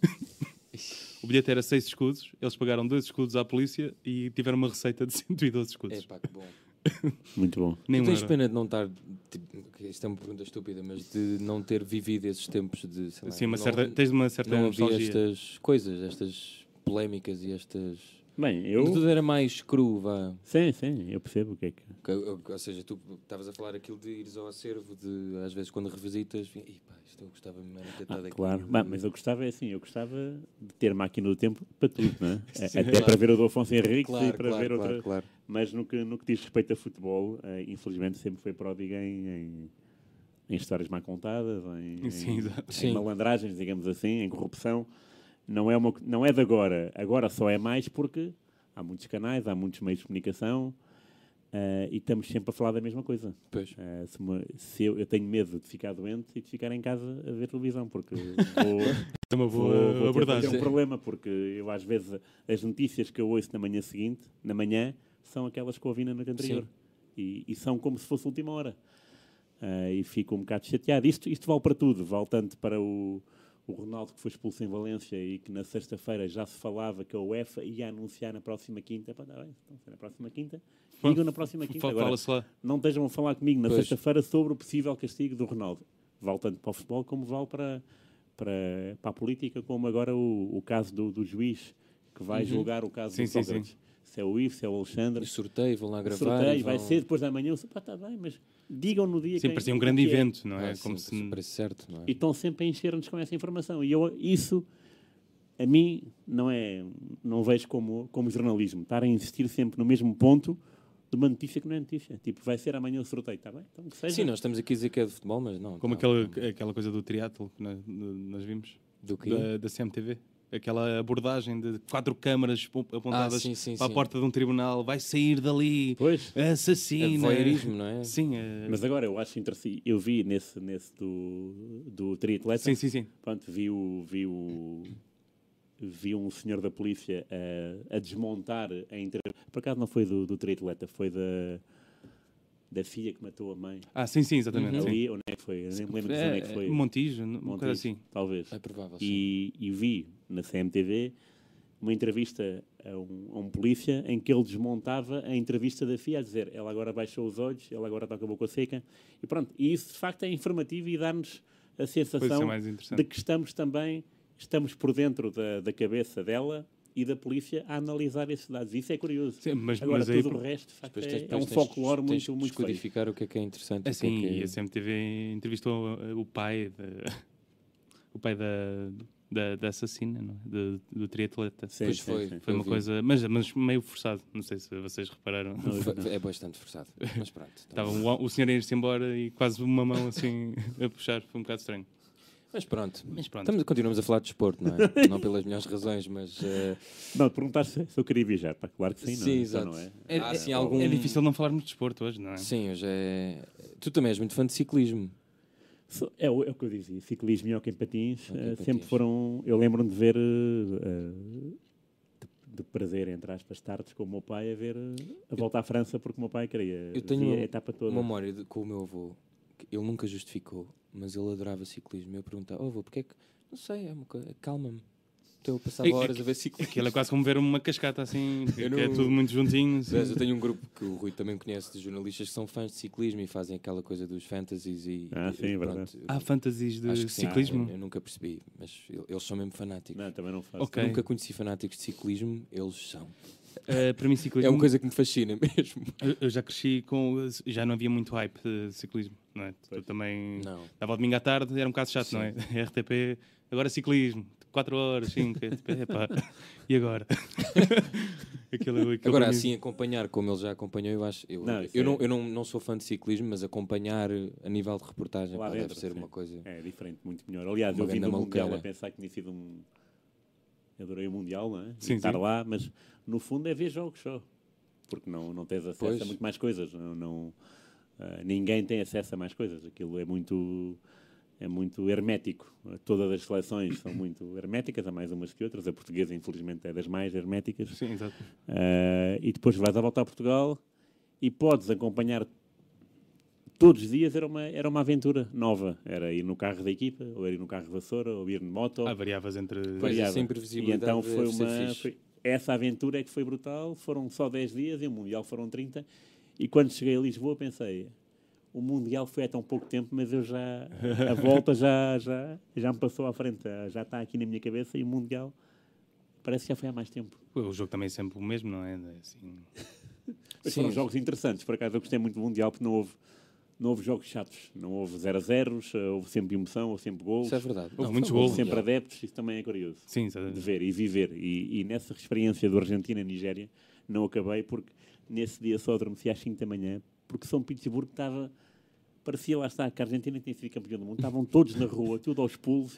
S1: O bilhete era 6 escudos, eles pagaram 2 escudos à polícia e tiveram uma receita de 112 escudos.
S2: Epá, que bom.
S3: Muito bom.
S2: Tu tens pena de não estar, isto é uma pergunta estúpida, mas de não ter vivido esses tempos de, sei lá,
S1: sim, tens uma certa
S2: não havia
S1: nostalgia.
S2: estas coisas, estas polémicas e estas
S3: Bem, eu...
S2: Tudo era mais cru, vá.
S3: Sim, eu percebo o que é que...
S2: Ou seja, tu estavas a falar aquilo de ires ao acervo, de às vezes quando revisitas, e pá, isto eu gostava mesmo de ter estado aqui.
S3: Claro, mas eu gostava, eu gostava de ter máquina do tempo para tudo, não é? Até para ver o do Afonso Henriques e para ver outra...
S2: Claro.
S3: Mas no que diz respeito a futebol, infelizmente sempre foi pródigo em histórias mal contadas, em malandragens, digamos assim, em corrupção. Não é de agora. Agora só é mais porque há muitos canais, há muitos meios de comunicação e estamos sempre a falar da mesma coisa.
S2: Pois.
S3: Se eu tenho medo de ficar doente e de ficar em casa a ver televisão, porque
S1: é uma boa abordagem.
S3: Ter um problema, porque eu às vezes as notícias que eu ouço na manhã seguinte, na manhã, são aquelas que eu ouvi na noite anterior. E são como se fosse a última hora. E fico um bocado chateado. Isto vale para tudo. Vale tanto para o Ronaldo, que foi expulso em Valência e que na sexta-feira já se falava que a UEFA ia anunciar na próxima quinta. Está bem, então, na próxima quinta. Digam na próxima quinta. Agora, não estejam a falar comigo na sexta-feira sobre o possível castigo do Ronaldo. Vale tanto para o futebol como vale para a política, como agora o caso do juiz que vai julgar o caso do Sócrates.
S2: Sim.
S3: Se é o Ivo, se é o Alexandre.
S2: E sorteio, vão lá gravar.
S3: Sorteio, vai ser depois da manhã. Está bem, mas digam no dia.
S1: Sim, parecia um grande evento, não é?
S2: Como se parece certo, não é?
S3: E estão sempre a encher-nos com essa informação. E isso, a mim, não vejo como jornalismo. Estar a insistir sempre no mesmo ponto de uma notícia que não é notícia. Tipo, vai ser amanhã o sorteio, está bem? Então, que seja.
S2: Sim, nós estamos aqui a dizer que é de futebol, mas não.
S1: Como aquela coisa do triatlo que nós vimos.
S2: Do quê?
S1: Da CMTV. Aquela abordagem de 4 câmaras apontadas para a porta de um tribunal, vai sair dali, assassino.
S2: É voyeurismo, não é?
S1: Sim.
S3: Mas agora eu acho interessante. Eu vi nesse do triatleta.
S1: Sim.
S3: Pronto, vi um senhor da polícia a desmontar a entrevista. Por acaso não foi do triatleta, foi da filha que matou a mãe.
S1: Sim, exatamente.
S3: Ali, onde é que foi? Eu nem me lembro onde é que foi.
S1: Montijo, uma coisa assim.
S3: Talvez.
S2: É provável,
S3: sim. E vi na CMTV uma entrevista a um polícia em que ele desmontava a entrevista da filha, a dizer, ela agora baixou os olhos, ela agora está com a boca seca. E pronto, e isso de facto é informativo e dá-nos a sensação de que estamos por dentro da cabeça dela e da polícia a analisar esses dados. Isso é curioso.
S1: Sim,
S3: agora, tudo o resto, de facto, é um folclore muito
S2: descodificar o que é interessante.
S1: Sim, e a CMTV entrevistou o pai da assassina, não é? do triatleta.
S2: Sim,
S1: foi uma coisa, mas meio forçado. Não sei se vocês repararam.
S2: É bastante forçado, mas pronto.
S1: Estava o senhor a ir-se embora e quase uma mão assim a puxar. Foi um bocado estranho.
S2: Mas pronto. Continuamos a falar de desporto, não é? Não pelas melhores razões, mas...
S3: Não, perguntaste se eu queria viajar. Pá, claro que sim, não é?
S2: Sim, exato.
S3: Não é?
S1: É difícil não falarmos de desporto hoje, não é?
S2: Sim, hoje é... Tu também és muito fã de ciclismo.
S3: É o que eu dizia. Ciclismo e hockey em patins sempre foram... Eu lembro-me de ver... de prazer, entre aspas, tardes com o meu pai a ver a volta à França, porque o meu pai queria ver a etapa toda.
S2: Uma memória com o meu avô. Ele nunca justificou, mas ele adorava ciclismo. Eu perguntava, avô, porque é que... Não sei, é uma coisa... Calma-me. Então eu passava horas a ver ciclismo.
S1: Aquilo é quase como ver uma cascata assim, que é tudo muito juntinho. Assim.
S2: Eu tenho um grupo que o Rui também conhece de jornalistas que são fãs de ciclismo e fazem aquela coisa dos fantasies e...
S3: sim, verdade.
S1: Há fantasies de ciclismo?
S2: Eu nunca percebi, mas eles são mesmo fanáticos.
S3: Não, também não faço.
S2: Okay. Nunca conheci fanáticos de ciclismo, eles são.
S1: Para mim, ciclismo...
S2: É uma coisa que me fascina mesmo.
S1: Eu já cresci com... Já não havia muito hype de ciclismo, não é? Tu também...
S2: Não.
S1: Dava ao domingo à tarde, era um bocado chato, não é? RTP, agora ciclismo, 4 horas, 5, epá. E agora?
S2: Agora, assim, acompanhar como ele já acompanhou, eu acho... Eu não sou fã de ciclismo, mas acompanhar a nível de reportagem deve ser uma coisa...
S3: É diferente, muito melhor. Aliás, eu vim do Mundial a pensar que tinha sido um... Eu adorei o Mundial, não é?
S1: Sim,
S3: estar lá, mas no fundo é ver jogos só. Porque não tens acesso a muito mais coisas. Ninguém tem acesso a mais coisas. Aquilo é muito hermético. Todas as seleções são muito herméticas, há mais umas que outras. A portuguesa, infelizmente, é das mais herméticas.
S1: Sim, exato.
S3: E depois vais à volta a Portugal e podes acompanhar todos os dias. Era uma aventura nova. Era ir no carro da equipa, ou ir no carro vassoura, ou ir de moto.
S1: Variavas entre...
S2: Sem previsibilidade.
S3: E então essa aventura é que foi brutal. Foram só 10 dias e o Mundial foram 30. E quando cheguei a Lisboa pensei... O Mundial foi há tão pouco tempo, mas a volta já me passou à frente. Já está aqui na minha cabeça e o Mundial parece que já foi há mais tempo.
S1: O jogo também é sempre o mesmo, não é? Assim...
S3: Mas foram jogos interessantes, por acaso eu gostei muito do Mundial porque não houve jogos chatos, não houve 0-0, houve sempre emoção, houve sempre golos.
S2: Isso é verdade.
S1: Houve muitos golos.
S3: Houve sempre adeptos, isso também é curioso.
S1: Sim,
S3: de ver e viver. E nessa experiência do Argentina-Nigéria não acabei porque nesse dia só adormeci às 5 da manhã porque São Petersburgo estava... Parecia, lá está, que a Argentina tinha sido campeão do mundo. Estavam todos na rua, tudo aos pulos.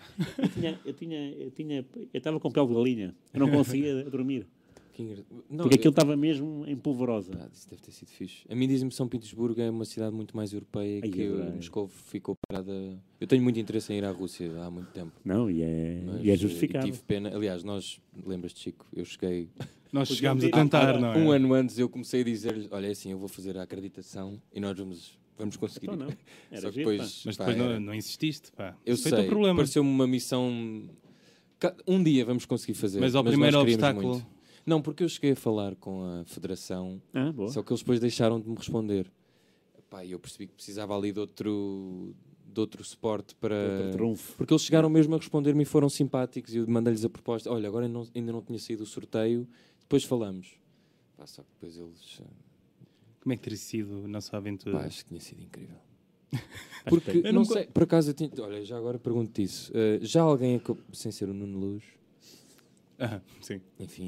S3: Eu estava com pele de galinha. Eu não conseguia dormir. Porque aquilo estava mesmo em polvorosa.
S2: Isso deve ter sido fixe. A mim diz-me que São Petersburgo é uma cidade muito mais europeia que Moscou ficou parada. Eu tenho muito interesse em ir à Rússia há muito tempo.
S3: Não, e é justificável.
S2: Tive pena. Aliás, lembras-te, Chico, eu cheguei...
S1: Nós chegámos a tentar, não é?
S2: Um ano antes eu comecei a dizer-lhes, olha, é assim, eu vou fazer a acreditação e nós vamos conseguir.
S3: Então não.
S2: Só que depois,
S1: mas depois não insististe, pá.
S2: Eu sei, pareceu-me uma missão... Um dia vamos conseguir fazer.
S1: Mas ao primeiro obstáculo...
S2: Muito. Não, porque eu cheguei a falar com a Federação, só que eles depois deixaram de me responder. E eu percebi que precisava ali de outro suporte para... Porque eles chegaram mesmo a responder-me e foram simpáticos e eu mandei-lhes a proposta. Olha, agora ainda não tinha saído o sorteio, depois falamos. Só que depois eles...
S1: Como é que teria sido a nossa aventura?
S2: Acho que tinha sido incrível. Porque, eu não sei, por acaso, olha, já agora pergunto-te isso. Já alguém, sem ser o Nuno Luz...
S1: sim.
S2: Enfim.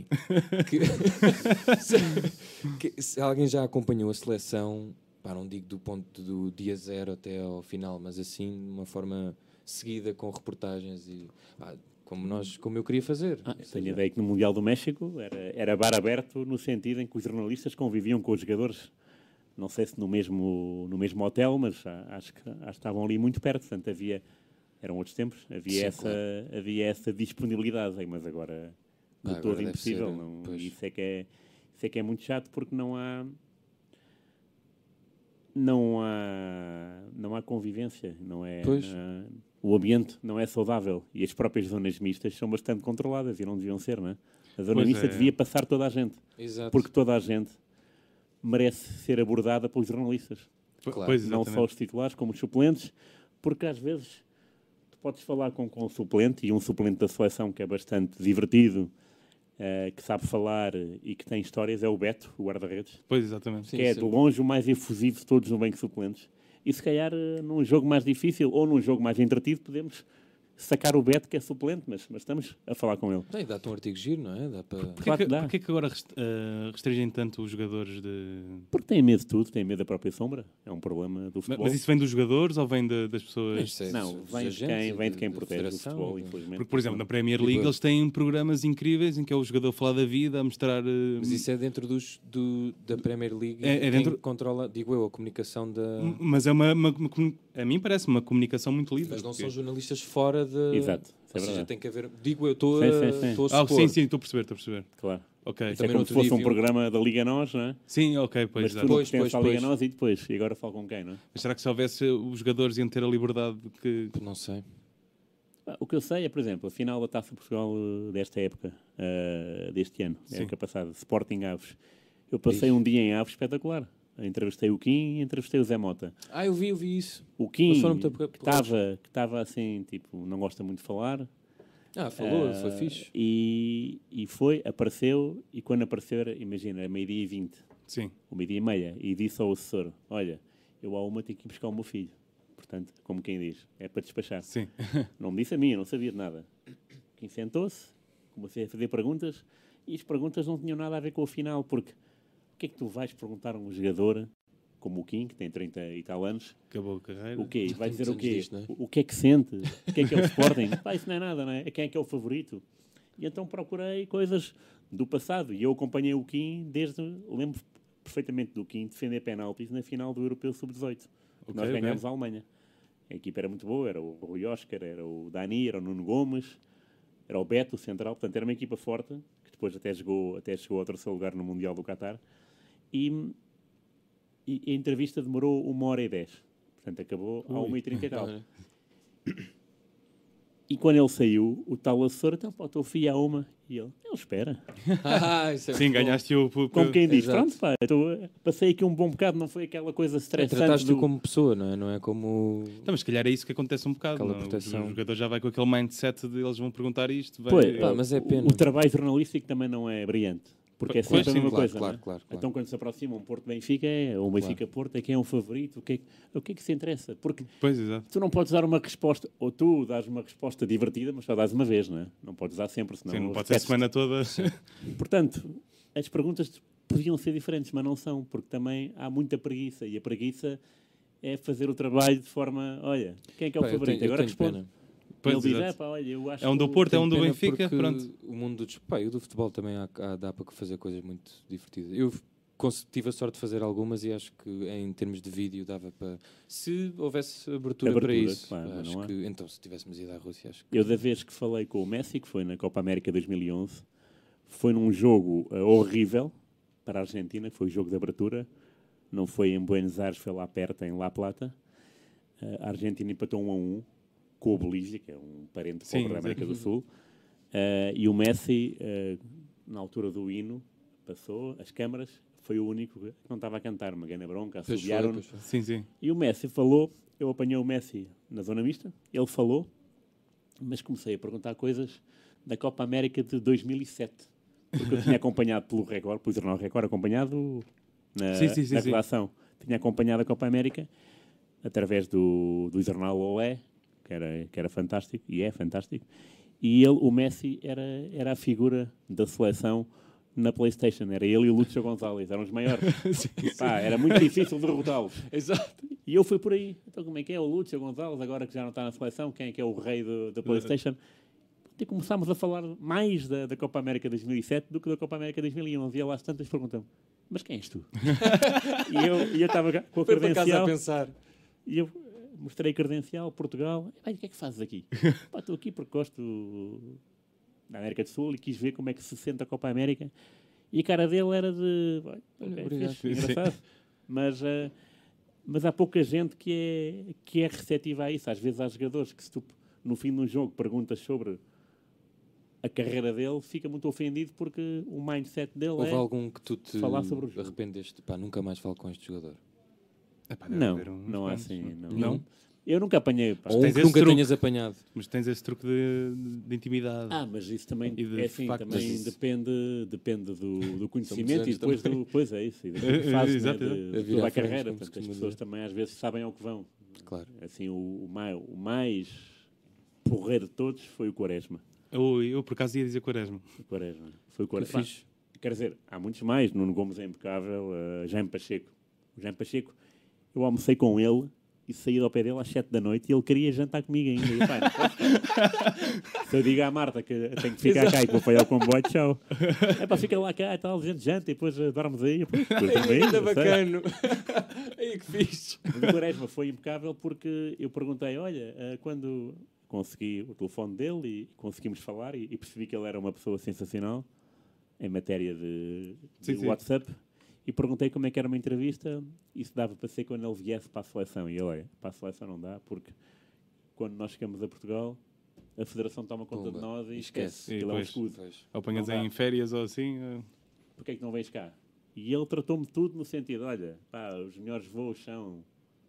S2: Se alguém já acompanhou a seleção, não digo do ponto do dia zero até ao final, mas assim, de uma forma seguida, com reportagens e... como eu queria fazer.
S3: Tenho a ideia que no Mundial do México era bar aberto no sentido em que os jornalistas conviviam com os jogadores, não sei se no mesmo hotel, mas acho que estavam ali muito perto, portanto eram outros tempos, havia essa disponibilidade, mas agora de todo impossível. Isso é que é muito chato porque não há convivência, o ambiente não é saudável e as próprias zonas mistas são bastante controladas e não deviam ser, não é? A zona mista devia passar toda a gente.
S2: Exato.
S3: Porque toda a gente merece ser abordada pelos jornalistas.
S2: Claro.
S3: Não só os titulares como os suplentes, porque às vezes tu podes falar com um suplente e um suplente da seleção que é bastante divertido, que sabe falar e que tem histórias, é o Beto, o guarda-redes.
S1: Pois, exatamente.
S3: Que é de longe o mais efusivo de todos no banco de suplentes. E se calhar num jogo mais difícil ou num jogo mais entretido podemos sacar o Beto, que é suplente, mas estamos a falar com ele.
S2: Dá-te um artigo giro, não é? Dá para...
S1: Porquê que agora restringem tanto os jogadores de...
S3: Porque têm medo de tudo, têm medo da própria sombra. É um problema do futebol.
S1: Mas isso vem dos jogadores ou vem das pessoas?
S3: Não, vem de quem protege o futebol, infelizmente.
S1: Porque, por exemplo, na Premier League eles têm programas incríveis em que é o jogador falar da vida, a mostrar...
S2: Mas isso é dentro da Premier League, quem controla, digo eu, a comunicação da...
S1: Mas é a mim parece uma comunicação muito livre.
S2: Mas não são jornalistas fora de...
S3: Exato.
S2: Ou seja, tem que haver... Digo eu, estou a supor.
S1: Sim, estou a perceber.
S3: Claro.
S1: Okay.
S3: Isso é como se fosse um programa da Liga Nós, não é?
S1: Sim, ok, pois.
S3: Mas tudo pertence à Liga Nós e depois. E agora falo com quem, não é?
S1: Mas será que se houvesse os jogadores iam ter a liberdade que...
S2: Não sei.
S3: O que eu sei é, por exemplo, a final da Taça de Portugal desta época, deste ano, época passada, Sporting Aves. Eu passei um dia em Aves espetacular. Entrevistei o Kim e entrevistei o Zé Mota.
S2: Eu vi isso.
S3: O Kim, que estava assim, tipo, não gosta muito de falar.
S2: Falou, foi fixe.
S3: E apareceu, e quando apareceu, imagina, meio-dia e 20.
S1: Sim.
S3: Ou meio-dia e meia. E disse ao assessor, olha, eu à uma tenho que ir buscar o meu filho. Portanto, como quem diz, é para despachar.
S1: Sim.
S3: Não me disse a mim, eu não sabia de nada. Quem sentou-se, comecei a fazer perguntas, e as perguntas não tinham nada a ver com o final, porque o que é que tu vais perguntar a um jogador como o Kim, que tem 30 e tal anos?
S1: Acabou a carreira.
S3: O quê? Vai dizer o quê? O que é que sente? O que é o Sporting? Isso não é nada, não é? Quem é que é o favorito? E então procurei coisas do passado. E eu acompanhei o Kim lembro perfeitamente do Kim defender penaltis na final do Europeu Sub-18. Nós ganhámos a Alemanha. A equipa era muito boa, era o Rui Oscar, era o Dani, era o Nuno Gomes, era o Beto, o central. Portanto, era uma equipa forte, que depois até chegou ao terceiro lugar no Mundial do Qatar. E a entrevista demorou 1h10. Portanto, acabou a 1h30 e tal. E quando ele saiu, o tal assessor, então, pá, o teu filho há uma. E ele espera.
S1: Sim, ganhaste o...
S3: Como quem diz, pronto, pá, passei aqui um bom bocado, não foi aquela coisa estressante.
S2: Trataste-o como pessoa, não é? Não é como...
S1: Não, mas se calhar é isso que acontece um bocado. O jogador já vai com aquele mindset de eles vão perguntar isto.
S2: Mas é pena.
S3: O trabalho jornalístico também não é brilhante. Porque é sempre a mesma coisa,
S2: claro.
S3: Então, quando se aproxima um Porto-Benfica, ou um Benfica-Porto, é quem é um favorito, o que é que se interessa? Porque tu não podes dar uma resposta, ou tu dás uma resposta divertida, mas só dás uma vez, não é? Não podes dar sempre, senão...
S1: Sim, não pode ser a semana toda.
S3: Portanto, as perguntas podiam ser diferentes, mas não são, porque também há muita preguiça, e a preguiça é fazer o trabalho de forma, olha, quem é que é o favorito? Agora responde. Ele diz, olha, eu acho
S1: é um do Porto, é um do Benfica, pronto.
S2: O mundo do futebol também dá para fazer coisas muito divertidas. Eu tive a sorte de fazer algumas e acho que em termos de vídeo dava para... Se houvesse abertura para isso. Claro, acho que, então, se tivéssemos ido à Rússia, acho que...
S3: Eu, da vez que falei com o Messi, que foi na Copa América 2011, foi num jogo horrível para a Argentina, que foi o jogo de abertura. Não foi em Buenos Aires, foi lá perto, em La Plata. A Argentina empatou 1-1. Com o Bolívia, que é um parente pobre da América do Sul, e o Messi, na altura do hino, passou as câmaras, foi o único que não estava a cantar, uma grande bronca, assobiaram-no. E o Messi falou, eu apanhei o Messi na zona mista, ele falou, mas comecei a perguntar coisas da Copa América de 2007, porque eu tinha acompanhado pelo Record, pelo Jornal Record, acompanhado na redação, tinha acompanhado a Copa América através do jornal Olé, que era fantástico, e é fantástico, e o Messi, era a figura da seleção na PlayStation, era ele e o Lúcio González, eram os maiores. Era muito difícil derrotá-los.
S2: Exato.
S3: E eu fui por aí, então como é que é o Lúcio González, agora que já não está na seleção, quem é que é o rei da PlayStation? E começámos a falar mais da Copa América 2007 do que da Copa América 2011, e ele às tantas perguntam, mas quem és tu? e eu estava com a credencial...
S2: a pensar.
S3: E eu mostrei credencial, Portugal. O que é que fazes aqui? Estou aqui porque gosto da América do Sul e quis ver como é que se sente a Copa América. E a cara dele era de... engraçado. Mas há pouca gente que é receptiva a isso. Às vezes há jogadores que, se tu, no fim de um jogo, perguntas sobre a carreira dele, fica muito ofendido porque o mindset dele
S2: Houve algum que tu te
S3: falar sobre o jogo.
S2: arrependeste? Nunca mais falo com este jogador.
S3: Não há assim. Não? Eu nunca apanhei.
S2: Ou nunca tenhas apanhado.
S1: Mas tens esse truque de intimidade.
S3: Mas isso também é assim, também depende do conhecimento e depois do... Pois é isso. E da fase de toda a carreira. Portanto, as pessoas também às vezes sabem ao que vão.
S2: Claro.
S3: Assim, o mais porreiro de todos foi o Quaresma.
S1: Eu por acaso ia dizer Quaresma.
S3: Foi o Quaresma. Quer dizer, há muitos mais. Nuno Gomes é impecável. Jaime Pacheco. O Jaime Pacheco, eu almocei com ele e saí ao pé dele às 7 da noite e ele queria jantar comigo ainda. E, se eu digo à Marta que tenho que ficar cá e que vou apanhar o comboio, tchau. Fica lá cá e tal, a gente janta e depois dormes aí.
S2: Ainda bacana. Aí que fixe.
S3: O Quaresma foi impecável porque eu perguntei, olha, quando consegui o telefone dele e conseguimos falar e percebi que ele era uma pessoa sensacional em matéria de WhatsApp. E perguntei como é que era uma entrevista e se dava para ser quando ele viesse para a seleção. E ele, olha, para a seleção não dá, porque quando nós chegamos a Portugal, a Federação toma conta de nós e esquece. Ele é um escudo.
S1: Ou apanhas em férias ou assim.
S3: Porquê é que não vens cá? E ele tratou-me tudo no sentido, olha, os melhores voos são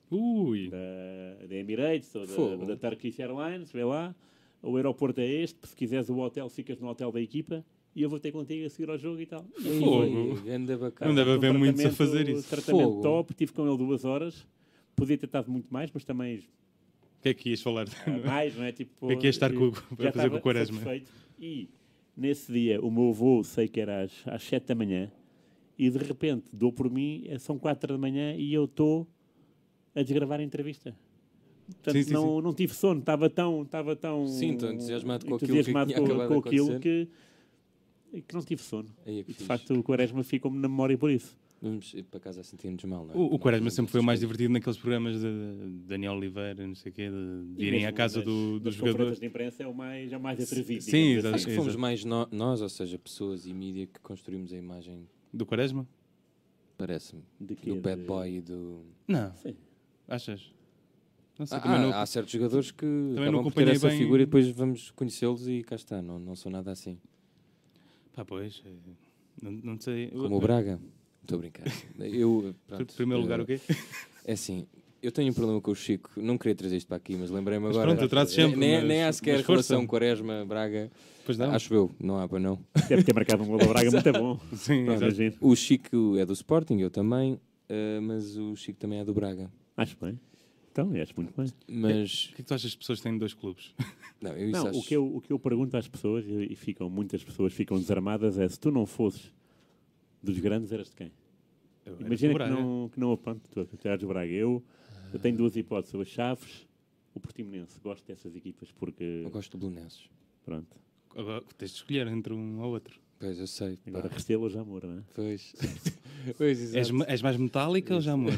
S3: da Emirates ou da Turkish Airlines, vê lá, o aeroporto é este, se quiseres o hotel, ficas no hotel da equipa. E eu vou ter contigo a seguir ao jogo e tal.
S1: Não deve haver muitos a fazer isso.
S3: Tratamento top, tive com ele 2 horas. Podia ter estado muito mais, mas também...
S1: O que é que ias falar?
S3: Mais, não é? Tipo,
S1: o que é que ias estar a fazer com o Quaresma?
S3: E nesse dia, o meu voo, sei que era às 7 da manhã, e de repente dou por mim, são 4 da manhã e eu estou a desgravar a entrevista. Portanto, não tive sono, estava tão
S2: estou entusiasmado com aquilo que tinha acabado de acontecer.
S3: Que não tive sono. E de facto o Quaresma ficou-me na memória por isso.
S2: Vamos ir para casa a sentir-nos mal, não é?
S1: O Quaresma sempre foi o mais divertido naqueles programas de Daniel Oliveira, não sei o quê, de irem à casa dos jogadores.
S3: Conferências de imprensa é o mais atrevido.
S1: Sim,
S3: exato.
S2: Acho que fomos mais nós, ou seja, pessoas e mídia, que construímos a imagem
S1: do Quaresma?
S2: Parece-me. Do bad boy e do...
S1: Não. Sim. Achas? Não sei,
S2: há certos jogadores que acabam por ter essa figura e depois vamos conhecê-los e cá está. Não sou nada assim.
S1: Pois, não sei.
S2: Como o Braga. Estou a brincar.
S1: Em primeiro lugar, o quê?
S2: É assim, eu tenho um problema com o Chico. Não queria trazer isto para aqui, mas lembrei-me agora.
S1: Pronto, eu trato sempre.
S2: Nem há sequer relação Quaresma-Braga.
S1: Pois não.
S2: Acho eu, não há para não.
S3: Deve ter marcado um gol ao Braga muito bom.
S1: Sim,
S3: imagino.
S2: O Chico é do Sporting, eu também, mas o Chico também é do Braga.
S3: Acho bem. Então, acho muito bem.
S2: Mas...
S1: O que é que tu achas que as pessoas têm de 2 clubes?
S2: Não,
S3: acho... o que eu pergunto às pessoas, e muitas pessoas ficam desarmadas, é se tu não fosses dos grandes, eras de quem? Imagina que não pronto, tu eras do Braga. Eu tenho 2 hipóteses, o Chaves, o Portimonense. Gosto dessas equipas porque...
S2: Eu gosto do Belenenses.
S3: Pronto.
S1: Agora tens de escolher entre um ou outro.
S2: Pois, eu sei.
S3: Agora Restelo ou Jamor, não é?
S2: Pois. Pois,
S1: és mais metálica ou Jamor?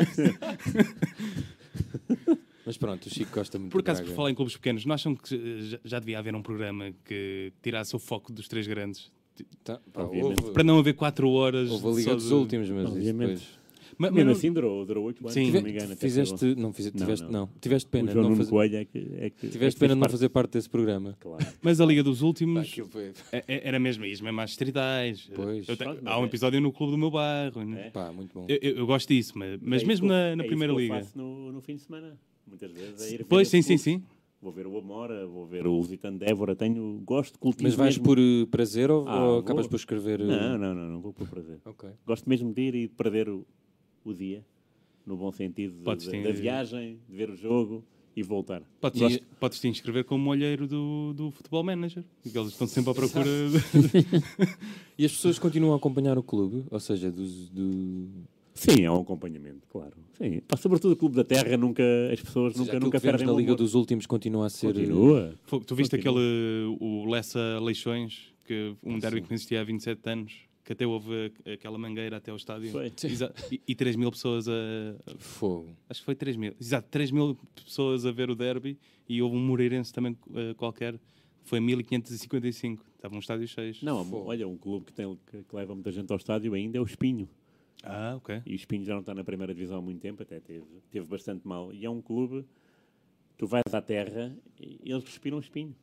S2: Mas pronto, o Chico gosta muito.
S1: Por acaso, por falar em clubes pequenos, não acham que já devia haver um programa que tirasse o foco dos 3 grandes? Para não haver 4 horas.
S2: Houve a Liga dos Últimos, mas depois...
S3: Mas assim durou 8 anos,
S2: sim,
S3: se não me engano.
S2: Tiveste pena.
S3: O João Nuno Coelho
S2: tiveste pena de não fazer parte desse programa.
S3: Claro.
S1: Mas a Liga dos Últimos era mesmo isso, mesmo às distritais. Há um episódio no Clube do Meu Bairro.
S2: Né? Pá, muito bom.
S1: Eu gosto disso, mas mesmo na Primeira Liga.
S3: Eu faço no fim de semana, muitas vezes. É ir
S1: pois, sim.
S3: Vou ver o Amora, vou ver o Lusitano de Évora, gosto de cultivo.
S2: Mas vais
S3: mesmo.
S2: Por prazer ou acabas por escrever?
S3: Não vou por prazer.
S2: Okay.
S3: Gosto mesmo de ir e de perder o dia, no bom sentido da viagem, de ver o jogo e voltar.
S1: Podes te inscrever como olheiro do Futebol Manager, porque eles estão sempre à procura
S2: E as pessoas continuam a acompanhar o clube? Ou seja,
S3: Sim, é um acompanhamento, claro. Sim. Sobretudo o Clube da Terra, as pessoas nunca perdem
S2: na Liga dos Últimos continua a ser...
S3: Continua.
S1: Tu viste o Lessa Leixões, que derby que não existia há 27 anos, que até houve aquela mangueira até ao estádio.
S3: Foi.
S1: E 3 mil pessoas
S2: Fogo.
S1: Acho que foi 3 mil. Exato, 3 mil pessoas a ver o derby e houve um moreirense também qualquer. Foi 1555. Estava um estádio cheio.
S3: Não, olha, um clube que leva muita gente ao estádio ainda é o Espinho.
S1: Ah, ok.
S3: E o Espinho já não está na primeira divisão há muito tempo, até teve bastante mal. E é um clube, tu vais à terra e eles respiram Espinho.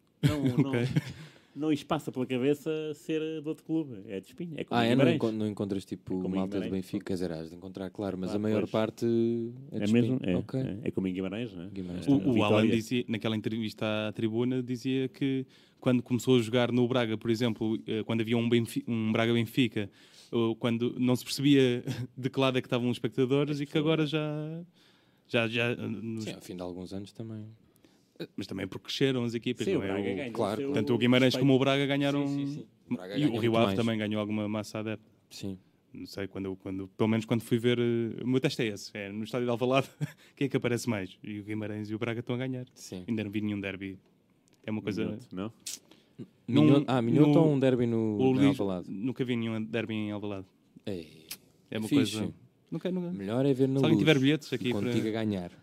S3: Não lhes passa pela cabeça ser de outro clube. É de Espinho. É como Guimarães.
S2: Não encontras tipo malta de Benfica, quer dizer, has de encontrar, claro, mas a maior parte
S3: é de mesmo. É como em Guimarães, não é?
S1: O Alan dizia, naquela entrevista à Tribuna, dizia que quando começou a jogar no Braga, por exemplo, quando havia um Braga-Benfica, quando não se percebia de que lado é que estavam os espectadores e que agora já
S2: Sim, ao fim de alguns anos também.
S1: Mas também porque cresceram as equipas.
S3: Sim,
S1: não
S3: o Braga ganhou.
S1: Claro. Tanto o Guimarães como o Braga ganharam.
S2: Sim.
S1: E o Rio Ave também ganhou alguma massa adepta.
S2: Sim.
S1: Não sei, pelo menos quando fui ver. O meu teste é esse. É no estádio de Alvalade, quem é que aparece mais? E o Guimarães e o Braga estão a ganhar.
S2: Sim.
S1: Ainda não vi nenhum derby. É uma coisa.
S3: Não?
S2: Minhoto ou um derby no Alvalade?
S1: Nunca vi nenhum derby em Alvalade. É uma coisa. Nunca.
S2: Melhor é ver no
S1: Se alguém tiver bilhetes aqui
S2: contigo a ganhar.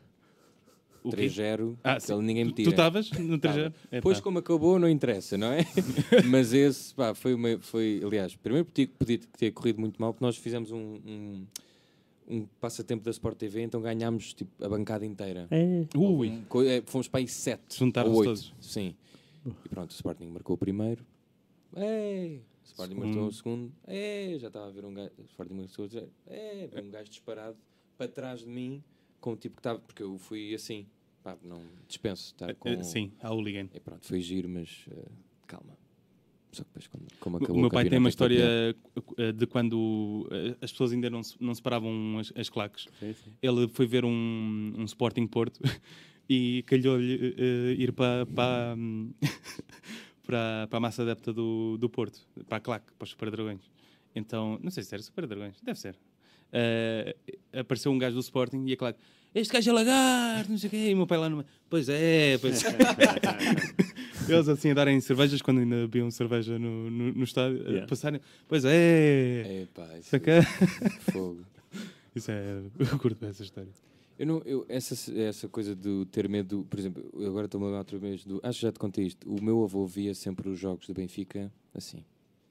S2: 3-0, ninguém me tira.
S1: Tu estavas no 3-0?
S2: Depois, como acabou, não interessa, não é? Mas esse, foi aliás, primeiro podia ter corrido muito mal, porque nós fizemos um passatempo da Sport TV, então ganhámos tipo, a bancada inteira. Fomos para aí 7 ou 8.
S1: Todos.
S2: Sim. E pronto, o Sporting marcou o primeiro. O Sporting marcou o segundo. Já estava a ver um gajo. O Sporting marcou o terceiro. Um gajo disparado para trás de mim. Com o tipo que estava, porque eu fui assim, não dispenso estar com...
S1: Sim, há o Ligan.
S2: E pronto, foi giro, mas calma. Só que depois, como acabou
S1: o meu pai tem uma história de quando as pessoas ainda não separavam as claques.
S3: Sim.
S1: Ele foi ver um Sporting Porto e calhou-lhe ir para a massa adepta do Porto, para a claque, para os Super Dragões. Então, não sei se era Super Dragões, deve ser. Apareceu um gajo do Sporting e é claro, este gajo é lagarto, não sei o quê, e o meu pai lá no... Pois é. Eles assim a darem cervejas quando ainda bebiam cerveja no estádio, passarem, pois é.
S2: Isso é fogo.
S1: Isso é, eu curto essa história.
S2: Essa coisa de ter medo, por exemplo, eu agora estou-me a lembrar outra vez acho que já te contei isto, o meu avô via sempre os jogos do Benfica assim.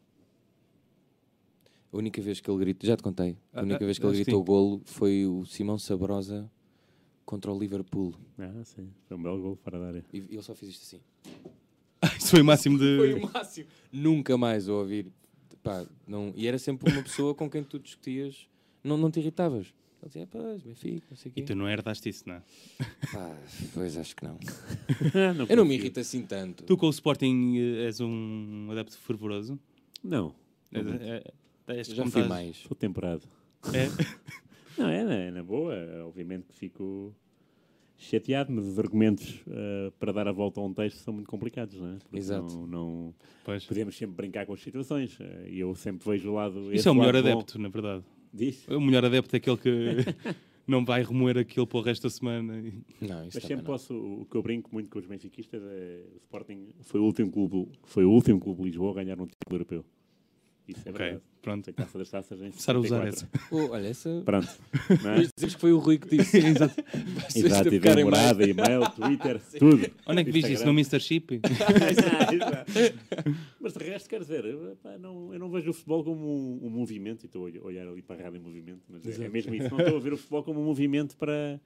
S2: A única vez que ele gritou, já te contei, a única vez que ele gritou o golo foi o Simão Sabrosa contra o Liverpool.
S3: Sim. Foi um belo gol fora da área.
S2: E ele só fez isto assim.
S1: Isso foi o máximo de...
S2: Foi o máximo. Nunca mais o ouvir. Pá, não... E era sempre uma pessoa com quem tu discutias, não te irritavas. Ele dizia, pois, Benfica, não sei o quê.
S1: E tu não herdaste isso, não é?
S2: Pá, pois acho que não.
S3: Não
S2: Eu não me
S3: confio.
S2: irrito assim tanto.
S1: Tu com o Sporting és um adepto fervoroso?
S3: Não.
S2: Já fui mais.
S3: Sou temperado.
S1: É?
S3: Não, é na boa. Obviamente que fico chateado, mas os argumentos para dar a volta a um texto são muito complicados, não é? Porque
S2: Exato.
S3: Não
S1: Pois.
S3: podemos sempre brincar com as situações. E eu sempre vejo o lado...
S1: Isso
S3: esse
S1: é o melhor
S3: lado bom.
S1: adepto, na verdade.
S3: Diz?
S1: O melhor adepto é aquele que não vai remoer aquilo para o resto da semana.
S2: Não, isso
S3: Mas
S2: também
S3: sempre
S2: não.
S3: posso... O que eu brinco muito com os benfiquistas é o Sporting foi o último clube de Lisboa a ganhar um título europeu. Isso é
S1: Ok,
S3: verdade.
S1: pronto.
S3: A Taça das Taças em
S1: Começar a usar
S3: 74.
S1: essa.
S2: Oh, olha, essa...
S3: Pronto. Não é?
S2: Mas dizes que foi o Rui que disse.
S1: Exato.
S3: Exato, e deu morada, e-mail, Twitter, tudo.
S1: Onde é que viste isso? No
S3: Instagram.
S1: Mr. Chip?
S3: Exato. Mas de resto, quer dizer, eu não vejo o futebol como um movimento, e estou a olhar ali para a rádio em movimento, mas é mesmo isso. Não estou a ver o futebol como um movimento para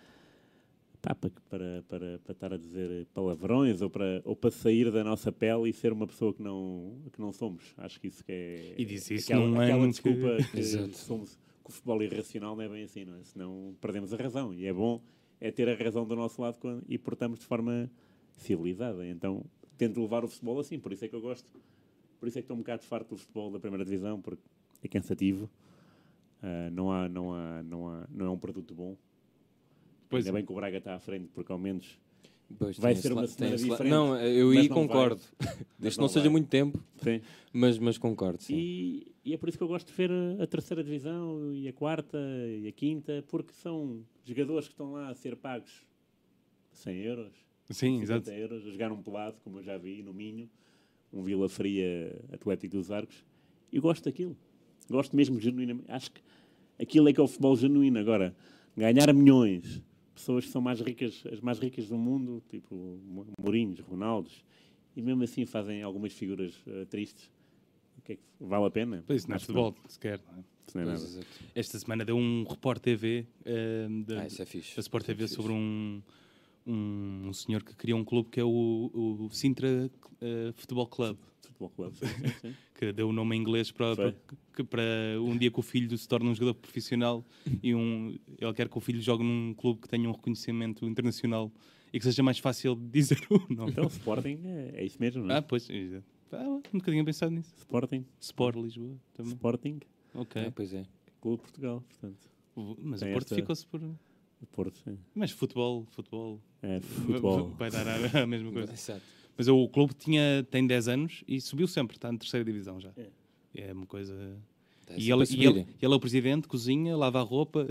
S3: estar a dizer palavrões ou para sair da nossa pele e ser uma pessoa que não somos. Acho que isso que é
S1: E disse isso
S3: aquela,
S1: num
S3: aquela
S1: ano
S3: desculpa
S1: que-
S3: que
S2: Exato.
S3: somos, que o futebol é irracional não é bem assim, não é? Senão perdemos a razão. E é bom ter a razão do nosso lado e portamos de forma civilizada. Então tento levar o futebol assim, por isso é que eu gosto. Por isso é que estou um bocado farto do futebol da primeira divisão, porque é cansativo. Não é um produto bom.
S1: Pois
S3: Ainda
S1: é.
S3: bem que o Braga está à frente, porque ao menos
S2: Pois,
S3: vai
S2: tem
S3: ser
S2: esse
S3: uma
S2: la-
S3: semana
S2: tem esse la-
S3: diferente.
S2: Não, eu
S3: mas
S2: aí
S3: não
S2: concordo.
S3: Mas
S2: Desde que
S3: não
S2: não seja
S3: vai.
S2: muito tempo,
S3: sim.
S2: mas concordo, sim.
S3: E é por isso que eu gosto de ver a terceira divisão e a quarta e a quinta, porque são jogadores que estão lá a ser pagos 100 euros,
S1: Sim,
S3: 50
S1: exato.
S3: euros, a jogar um pelado, como eu já vi no Minho, um Vila Fria Atlético dos Arcos. E gosto daquilo. Gosto mesmo genuinamente. Acho que aquilo é que é o futebol genuíno. Agora, ganhar milhões, pessoas que são mais ricas, as mais ricas do mundo, tipo Mourinhos, Ronaldos, e mesmo assim fazem algumas figuras tristes. O que é que vale a pena?
S1: Pois isso não é
S3: Acho que
S1: futebol, sequer. não é?
S3: Isso não é
S2: Pois,
S3: nada.
S2: exato.
S1: Esta semana deu um Report TV da
S2: Isso é fixe.
S1: Sport TV
S2: Fixe.
S1: sobre um senhor que criou um clube que é o Sintra Futebol Club,
S3: Futebol Clube, sim.
S1: que deu o nome em inglês para
S3: Foi.
S1: um dia que o filho se torne um jogador profissional e ele quer que o filho jogue num clube que tenha um reconhecimento internacional e que seja mais fácil de dizer o nome.
S3: Então, Sporting é isso mesmo, não é?
S1: Pois, exato. Um bocadinho a pensar nisso.
S3: Sporting,
S1: Sport Lisboa também.
S3: Sporting,
S1: Ok.
S2: Pois é.
S3: Clube Portugal, portanto.
S1: Mas
S3: Tem
S1: o Porto
S3: esta-
S1: ficou-se por.
S3: O Porto, sim.
S1: Mas futebol
S3: É, futebol.
S1: vai dar a mesma coisa.
S2: Exato.
S1: Mas o clube tem 10 anos e subiu sempre, está na terceira divisão já.
S3: É.
S1: É uma coisa.
S2: Tá
S1: E
S2: sempre
S1: ele,
S2: a subir.
S1: ele é o presidente, cozinha, lava a roupa.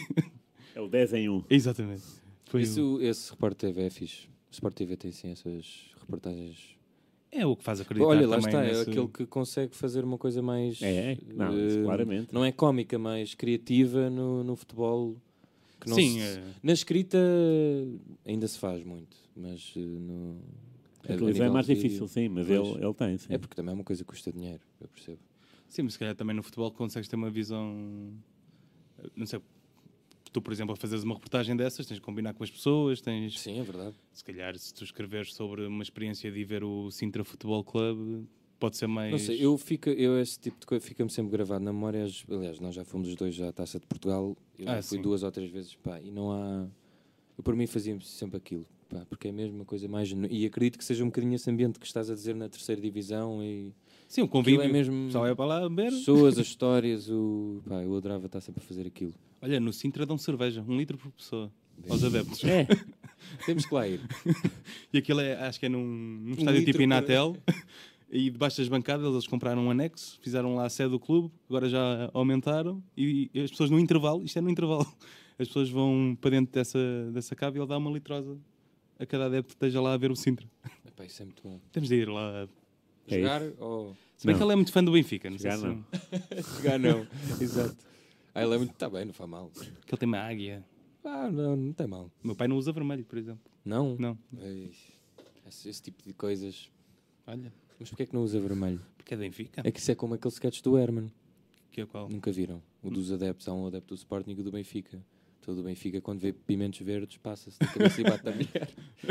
S3: É o 10 em 1.
S1: Exatamente. Foi
S2: Esse Repórter TV é fixe. O Sport TV tem sim essas reportagens.
S1: É o que faz acreditar.
S2: Olha, lá
S1: também
S2: está,
S1: nesse-
S2: é aquele que consegue fazer uma coisa mais.
S3: Não, isso claramente.
S2: Não é cómica, mais criativa no futebol. Que não
S1: Sim,
S2: se- Na escrita ainda se faz muito, mas no.
S3: A
S2: a
S3: televisão é
S2: nível
S3: mais
S2: de
S3: difícil,
S2: vídeo-
S3: sim, mas
S2: Pois.
S3: ele tem, sim.
S2: É porque também é uma coisa que custa dinheiro, eu percebo.
S1: sim, mas se calhar também no futebol consegues ter uma visão. Não sei. Tu, por exemplo, a fazeres uma reportagem dessas, tens de combinar com as pessoas, tens.
S2: Sim, é verdade.
S1: Se calhar, se tu escreveres sobre uma experiência de ir ver o Sintra Futebol Club, pode ser mais.
S2: Não sei, esse tipo de coisa fica-me sempre gravado na memória. Aliás, nós já fomos os dois à Taça de Portugal. Eu já fui
S1: sim.
S2: 2 ou 3 vezes, pá, e não há. Eu, por mim, fazia sempre aquilo, pá, porque é mesmo uma coisa mais. E acredito que seja um bocadinho esse ambiente que estás a dizer na terceira divisão e.
S1: Sim, o convívio.
S2: Aquilo é mesmo-
S1: O pessoal é para lá beber.
S2: Pessoas, as histórias, pá, eu adorava estar sempre a fazer aquilo.
S1: Olha, no Sintra dão cerveja, 1 litro por pessoa, aos adeptos.
S3: É,
S2: Temos que lá ir.
S1: E aquilo acho que é num estádio
S2: litro
S1: tipo Inatel. E debaixo das bancadas eles compraram um anexo, fizeram lá a sede do clube, agora já aumentaram. E as pessoas no intervalo, isto é no intervalo, as pessoas vão para dentro dessa cave e ele dá uma litrosa a cada adepto que esteja lá a ver o Sintra.
S2: Epá, isso é muito bom.
S1: Temos de ir lá.
S3: É
S2: Jogar ou.
S1: Se bem
S3: Não.
S1: que ele é muito fã do Benfica, não sei
S3: Jogar
S1: se.
S3: não.
S2: Jogar não. Exato. Ele é muito. Está bem, não faz mal.
S1: Que ele tem uma águia.
S2: Não tem mal.
S1: O meu pai não usa vermelho, por exemplo.
S2: Não?
S1: Não.
S2: Ei, esse tipo de coisas.
S1: Olha,
S2: Mas porquê é que não usa vermelho?
S1: porque é do Benfica.
S2: É que isso é como aquele sketch do Herman.
S1: Que é qual?
S2: Nunca viram? O dos adeptos. Há um adepto do Sporting e o do Benfica. Todo o Benfica, quando vê pimentos verdes, passa-se na cabeça e bate na mulher.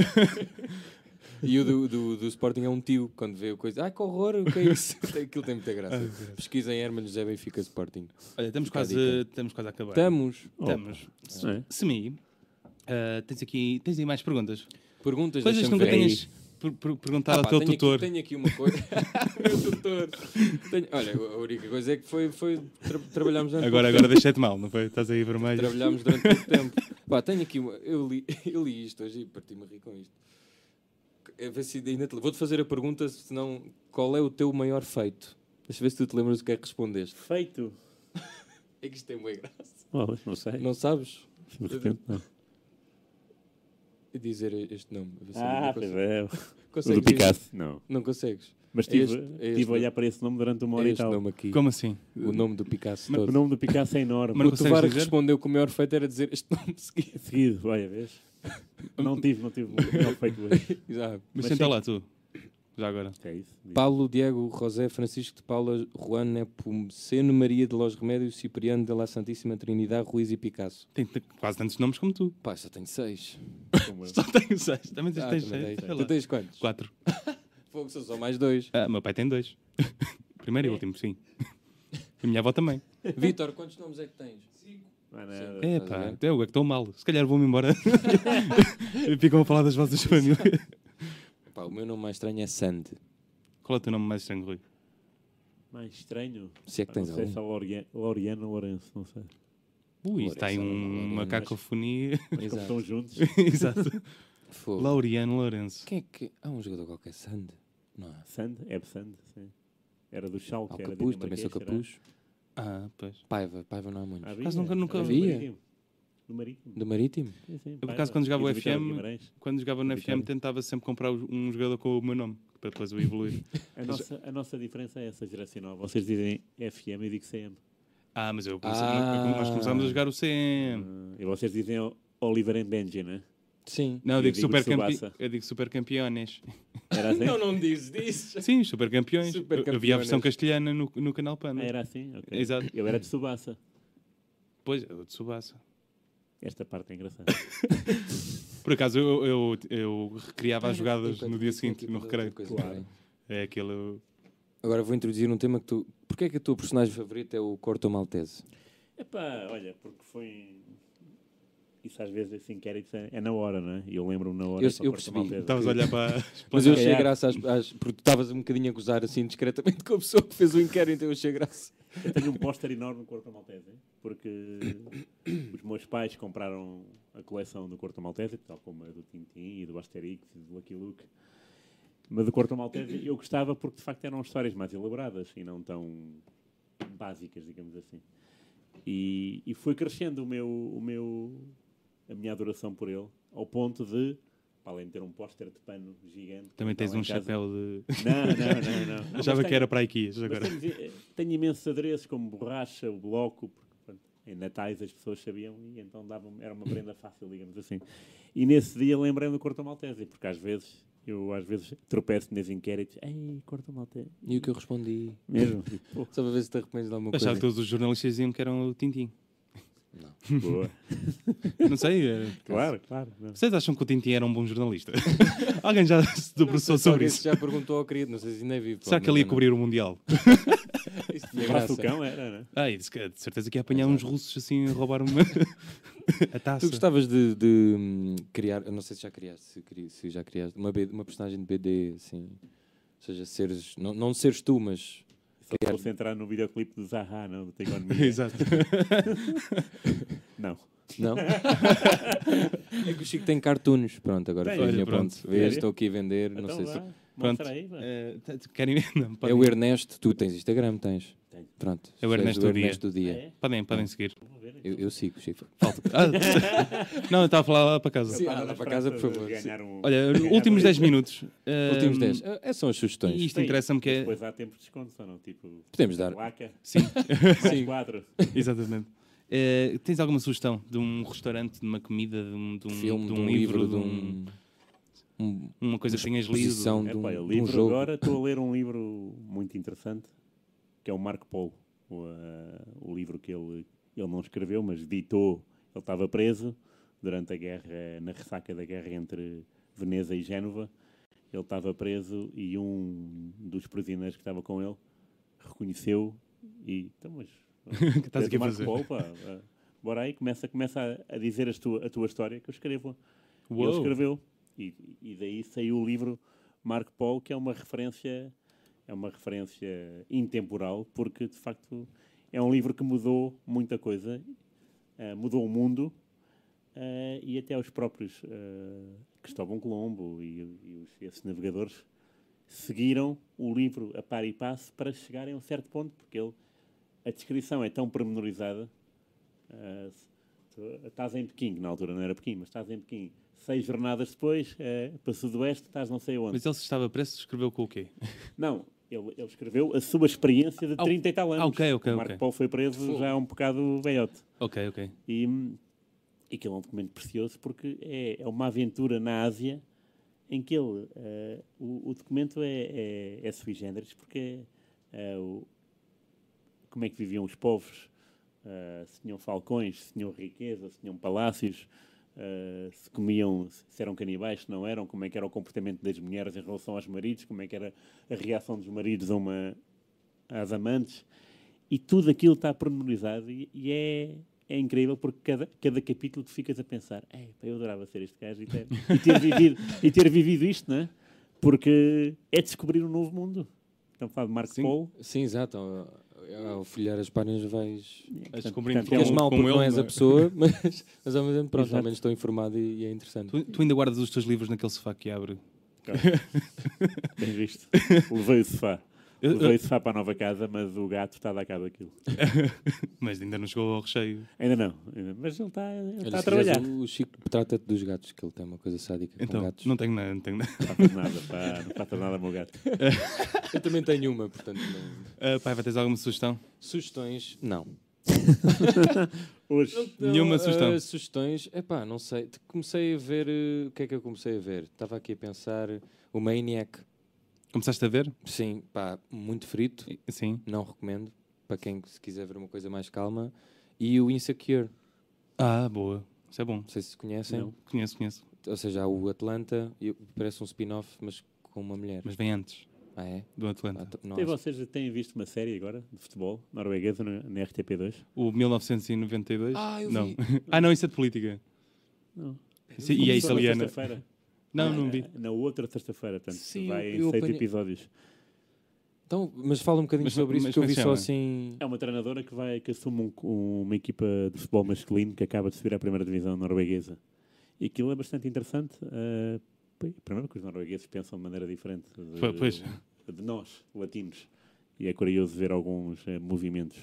S2: E o do Sporting é um tio, quando vê a coisa. Ai, que horror, o que é isso? Aquilo tem muita graça. Pesquisem Hermanos José Benfica Sporting.
S1: Olha, estamos
S2: Fica a
S1: quase a acabar.
S2: Estamos.
S3: É.
S1: Semi, tens aí mais perguntas?
S2: Perguntas,
S1: Coisas que
S2: deixa-me
S1: nunca
S2: ver.
S1: tenhas perguntado ao teu
S2: tenho
S1: tutor.
S2: Tenho aqui uma coisa. Meu tutor. Olha, a única coisa é que trabalhámos durante
S1: Agora deixei-te mal, não foi? Estás aí vermelho.
S2: Trabalhámos durante pouco tempo. Pá, tenho aqui uma. Eu li isto hoje e parti-me a rir com isto. Vou-te fazer a pergunta, senão, qual é o teu maior feito? Deixa eu ver se tu te lembras do que é que respondeste.
S3: Feito.
S2: É que isto tem boa graça.
S3: Oh, não sei.
S2: Não sabes?
S3: De repente, não.
S2: Dizer este nome. A ver se
S3: Pois
S2: eu
S3: é. O
S2: consegues
S3: do Picasso, não.
S2: Não consegues.
S3: Mas
S2: É
S3: estive a olhar para esse nome durante uma hora e
S2: este
S3: tal.
S2: nome aqui.
S1: Como assim?
S2: O nome do Picasso
S3: O
S2: todo.
S3: nome do Picasso é enorme.
S1: Mas não
S2: O Tovar
S1: consegues dizer?
S2: respondeu que o maior feito era dizer este nome seguido.
S3: Seguido, olha, vês? Não tive o melhor feito hoje.
S2: Exato.
S1: Mas
S3: Mas
S1: tenta
S3: sim.
S1: lá tu. Já agora.
S3: É isso. Diz.
S2: Paulo, Diego, José, Francisco de Paula, Juan Nepomuceno, Maria de los Remédios, Cipriano de la Santíssima Trindade, Ruiz e Picasso.
S1: Tem quase tantos nomes como tu.
S2: Pá, só tenho 6.
S3: Como eu.
S1: Só tenho 6. Também tens 6.
S2: Tu tens quantos?
S1: 4.
S2: Fogo, são só mais 2.
S1: Meu pai tem 2. Primeiro e último, sim. E a minha avó também.
S2: Vítor, quantos nomes é que tens? 5.
S3: Não é nada.
S1: É
S2: Estás a
S1: pá,
S2: ver?
S1: eu é que estou mal. Se calhar vou-me embora. Ficam a falar das vossas famílias.
S2: Pá, o meu nome mais estranho é Sand.
S1: Qual é o teu nome mais estranho, Rui?
S3: Mais estranho.
S2: Se é que tens
S3: Não sei
S2: algum.
S3: se é Laureano ou Lourenço, não sei.
S1: Está aí uma
S2: Lourenço.
S1: cacofonia.
S3: Como
S2: Exato.
S3: estão juntos.
S1: Exato.
S2: Fogo.
S1: Lauriano Lourenço.
S2: Quem é que... Há um jogador qualquer, Sand? Não há.
S3: Sand, Sand, sim. Era do Schalke.
S2: Há o
S3: era
S2: Capuz, também sou
S3: dinamarquês, será?
S2: Capuz.
S1: Pois.
S2: Paiva não há muitos.
S3: Havia,
S1: Caso nunca
S3: era do
S2: havia.
S3: Marítimo. Do Marítimo.
S2: Do Marítimo?
S3: Sim, sim,
S1: Eu, por
S3: Paiva.
S1: acaso, quando jogava
S3: E
S1: o
S3: do Vitória de
S1: FM,
S3: Guimarães.
S1: quando jogava no FM,
S3: Vitória.
S1: tentava sempre comprar um jogador com o meu nome, para depois eu evoluir.
S3: A nossa diferença é essa geracional. Vocês dizem FM e eu digo CM.
S1: Mas nós começámos a jogar o CM.
S3: E vocês dizem Oliver and Benji, né?
S2: Sim.
S1: Não, eu
S3: eu
S1: digo
S3: digo Tsubasa.
S1: eu digo super campeões.
S3: Era assim?
S2: Não dizes.
S1: Sim, os super campeões.
S2: Super
S1: Havia a
S2: campeões.
S1: versão castelhana no canal
S3: Ah,
S1: Panda.
S3: era assim? Ok.
S1: Exato.
S3: Eu era de Tsubasa.
S1: Pois, é o de Tsubasa.
S3: Esta parte é engraçada.
S1: Por acaso, eu recriava as jogadas no dia seguinte, no recreio.
S3: Claro.
S1: É aquele...
S2: Agora vou introduzir um tema que tu... Porquê é que o teu personagem favorito é o Corto Maltese?
S3: Epá, olha, porque foi... Isso às vezes, esse inquérito é na hora, não é? E eu lembro-me na hora...
S2: Eu
S3: para o Porto
S2: percebi.
S3: Maltese.
S1: Estavas a olhar para...
S2: Mas eu
S3: Se
S2: achei
S3: calhar.
S2: graça porque tu estavas um bocadinho a gozar assim discretamente com a pessoa que fez o inquérito, então eu achei graça.
S3: Eu tenho um póster enorme do Corto Maltese, hein? Porque os meus pais compraram a coleção do Corto Maltese, tal como a do Tintin e do Asterix e do Lucky Luke. Mas do Corto Maltese eu gostava porque, de facto, eram histórias mais elaboradas e não tão básicas, digamos assim. E foi crescendo a minha adoração por ele, ao ponto de, para além de ter um póster de pano gigante...
S1: Também tens
S3: estava
S1: um
S3: em casa-
S1: chapéu de...
S3: Não.
S1: Achava
S3: Mas
S1: que era para IKEA,
S3: mas
S1: agora.
S3: tenho imensos adereços, como borracha, o bloco, porque pronto, em natais as pessoas sabiam e então era uma prenda fácil, digamos assim. E nesse dia lembrei-me do Corto Maltese, porque às vezes tropeço nesses inquéritos. Ei, Corto Maltese.
S2: E o que eu respondi?
S3: Mesmo? Pô,
S2: Só para ver se te arrependes de alguma coisa.
S1: Achava que todos os jornalistas diziam que eram o Tintin.
S3: boa.
S1: Não sei.
S3: Claro. Não.
S1: Vocês acham que o Tintin era um bom jornalista? Alguém já se debruçou sobre
S2: Alguém
S1: isso?
S2: já perguntou ao querido, não sei se ainda é vivo.
S1: Será que ele ia cobrir o Mundial?
S2: Isso tinha
S3: O braço
S2: graça.
S3: do cão era, né?
S1: E de certeza que ia apanhar uns russos assim a roubar a taça.
S2: Tu gostavas de criar, eu não sei se já criaste, se já criaste, uma personagem de BD, assim, ou seja, seres, não seres tu, mas...
S3: Só se fosse entrar no videoclipe do Zaha, não? Do Tegonomia.
S1: Exato.
S3: Não.
S2: Não? É que o Chico tem cartoons. Pronto, agora
S3: Tem,
S2: foi a
S1: olha,
S2: minha
S1: pronto.
S2: ponte. Vês,
S3: Sério?
S2: estou aqui a vender,
S3: Então
S2: não sei
S3: vá,
S2: se...
S1: Pronto.
S3: mostra aí, vá.
S1: Querem... Não,
S2: É
S1: podem,
S2: o Ernesto, tu tens Instagram, tens?
S3: Tenho.
S2: Pronto.
S1: É o
S2: és
S1: Ernesto do Dia.
S2: do Dia.
S3: Ah, é?
S1: podem seguir.
S3: Vou ver, então.
S2: Eu sigo, Chico.
S1: Não, eu estava a falar lá para casa.
S2: Sim.
S3: Estava
S2: lá
S3: na
S2: para casa,
S3: esperança
S2: por
S3: de
S2: favor.
S3: ganhar um-
S1: Olha,
S3: ganhar
S1: últimos
S3: um-
S1: 10 minutos.
S2: Últimos 10. Essas são as
S1: E
S2: sugestões.
S1: isto
S3: Sim,
S1: interessa-me que
S3: mas
S1: é...
S3: Depois há tempo de desconto, ou não? Tipo,
S2: Podemos dar.
S3: placa,
S1: Sim,
S3: mais
S2: Sim.
S3: 4.
S1: exatamente. Tens alguma sugestão de um restaurante, de uma comida, de um
S2: Filme,
S1: de um livro, de uma coisa que tenhas lido?
S2: exposição.
S3: É,
S2: De
S3: pá,
S2: um
S3: livro
S2: jogo.
S3: agora estou a ler um livro muito interessante, que é o Marco Polo. O livro que ele não escreveu, mas ditou Ele estava preso durante a guerra, na ressaca da guerra entre Veneza e Génova. Ele estava preso e um dos prisioneiros que estava com ele reconheceu e... Então, mas...
S1: O que estás aqui a
S3: Marco
S1: fazer?
S3: Polo, pá, bora aí, começa a dizer a tua história que eu escrevo. E ele
S1: Uou.
S3: escreveu. E daí saiu o livro Marco Polo, que é uma referência intemporal, porque, de facto, é um livro que mudou muita coisa. Mudou o mundo e até os próprios Cristóvão Colombo e esses navegadores seguiram o livro a par e passo para chegarem a um certo ponto, porque a descrição é tão pormenorizada. Estás em Pequim, na altura não era Pequim, mas estás em Pequim 6 jornadas depois, para Sudoeste, estás não sei onde.
S1: Mas ele, se estava preso, escreveu com o quê?
S3: Não, ele escreveu a sua experiência de 30 e tal anos.
S1: ok.
S3: O Marco Polo foi preso já um bocado velhote.
S1: Ok.
S3: E aquele é um documento precioso porque é uma aventura na Ásia em que ele, o documento é sui generis, porque como é que viviam os povos, se tinham falcões, se tinham riqueza, se tinham palácios, se comiam, se eram canibais, se não eram, como é que era o comportamento das mulheres em relação aos maridos, como é que era a reação dos maridos às amantes, e tudo aquilo está pormenorizado e é incrível porque cada capítulo tu ficas a pensar, eu adorava ser este gajo e ter vivido isto, não é? Porque é descobrir um novo mundo. Então fala de Marco Polo.
S2: Sim, exato. Ao folhear as páginas vais...
S1: descobrindo
S2: Ficas mal porque não és a pessoa, mas ao mesmo tempo, pronto,
S3: Exato.
S2: ao menos estou informado e é interessante.
S1: Tu ainda guardas os teus livros naquele sofá que abre?
S3: Tens visto? Levei o sofá. Levei o sofá para a nova casa, mas o gato está a dar cabo daquilo.
S1: Mas ainda não chegou ao recheio.
S3: Ainda não. Mas ele está
S2: Olha,
S3: a
S2: se
S3: trabalhar.
S2: quiseres, o Chico trata-te dos gatos, que ele tem uma coisa sádica com
S1: Então,
S2: gatos.
S1: não tenho nada.
S3: Não faças nada, pá. Não faças nada, meu gato.
S2: Eu também tenho uma, portanto não...
S1: Paiva, tens alguma sugestão?
S2: Sugestões? Não.
S3: Hoje.
S1: Nenhuma sugestão?
S2: Sugestões? Epá, não sei. Comecei a ver... o que é que eu comecei a ver? Estava aqui a pensar... O Maniac.
S1: Começaste a ver?
S2: Sim, pá, muito frito.
S1: Sim.
S2: Não recomendo. Para quem se quiser ver uma coisa mais calma. E o Insecure.
S1: Boa. Isso é bom.
S2: Não sei se conhecem.
S3: Não.
S1: Conheço.
S2: Ou seja, há o Atlanta. Parece um spin-off, mas com uma mulher.
S1: Mas vem antes
S2: Ah, é?
S1: do Atlanta.
S2: Não,
S3: E vocês têm visto uma série agora de futebol norueguesa na RTP2?
S1: O 1992?
S2: eu
S1: não.
S2: vi.
S1: Não, isso é de política.
S3: Não.
S1: Sim, e é
S3: Começou na
S1: italiana.
S3: sexta-feira.
S1: Não vi.
S3: Na outra sexta-feira, portanto,
S2: Sim,
S3: vai em
S2: eu
S3: 6
S2: apanhei-
S3: episódios.
S2: Então, mas fala um bocadinho
S1: Mas-
S2: sobre isso,
S1: mas
S2: que eu
S1: como é
S2: vi
S1: que
S2: só
S1: chama?
S2: assim...
S3: É uma treinadora que assume uma equipa de futebol masculino que acaba de subir à primeira divisão norueguesa. E aquilo é bastante interessante. Primeiro que os noruegueses pensam de maneira diferente
S1: Pois.
S3: de nós, latinos. E é curioso ver alguns movimentos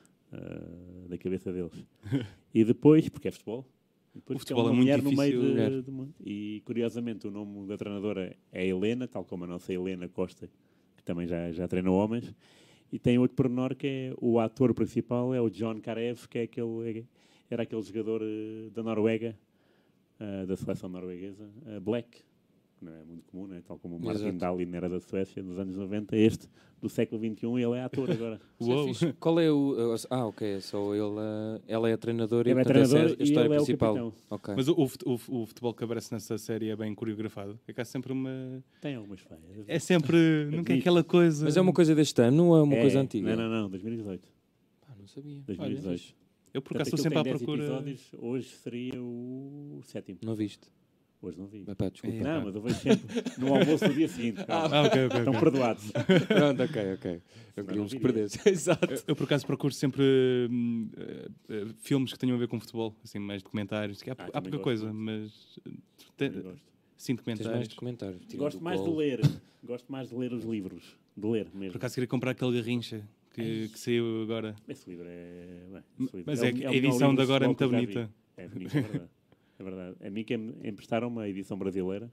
S3: da cabeça deles. E depois, porque é futebol. Depois
S1: O futebol
S3: uma
S1: é muito
S3: mulher no
S1: difícil.
S3: meio e curiosamente o nome da treinadora é Helena, tal como a nossa Helena Costa, que também já treinou homens. E tem outro pormenor que é o ator principal, é o John Karev, que era aquele jogador da Noruega, da seleção norueguesa, Black, que não é muito comum, né? Tal como o Martin
S2: Exato.
S3: Dahlin era da Suécia nos anos 90, este do século XXI, ele é ator agora.
S2: Isso é
S1: Uou.
S2: fixe. Qual é o... ok, é só ele... ela é a treinadora
S3: Ele é
S2: portanto, essa
S3: treinador
S2: a
S3: e
S2: história
S3: ele é o
S2: principal.
S3: capitão.
S2: Ok.
S1: Mas o futebol que aparece nessa série é bem coreografado. É que há sempre uma...
S3: Tem algumas falhas.
S1: É sempre... Nunca é
S3: Admito.
S1: aquela coisa...
S2: Mas é uma coisa deste ano ou é uma coisa antiga?
S3: Não, 2018.
S2: Pá, não sabia.
S3: 2018.
S1: Eu por
S3: Portanto,
S1: acaso estou
S3: aquilo
S1: sempre à
S3: tem 10
S1: procura...
S3: episódios, hoje seria o 7º.
S2: Não viste?
S3: Hoje não vi.
S2: Pá, desculpa.
S1: É.
S3: Não, mas eu vejo sempre no almoço do dia seguinte. Calma.
S1: ok.
S3: Estão perdoados.
S2: Pronto, ok. Eu
S3: Não
S2: queríamos que
S3: viria.
S2: perdesse. Exato.
S1: Eu por acaso procuro sempre filmes que tenham a ver com futebol, assim, mais documentários. Há
S3: também
S1: pouca
S3: gosto
S1: coisa,
S3: muito.
S1: mas
S3: Também gosto.
S1: sim,
S2: Tens mais
S1: documentários.
S2: documentários. tirando
S3: Gosto
S2: o
S3: mais de
S2: gol.
S3: ler. Gosto mais de ler os livros. De ler mesmo.
S1: Por acaso queria comprar aquele Garrincha que saiu agora.
S3: Esse livro é...
S1: Mas
S3: o
S1: a
S3: melhor
S1: edição
S3: livro
S1: de agora é
S3: futebol
S1: muito
S3: que eu já vi.
S1: bonita.
S3: É bonito, é verdade. É verdade. A mim que emprestaram uma edição brasileira.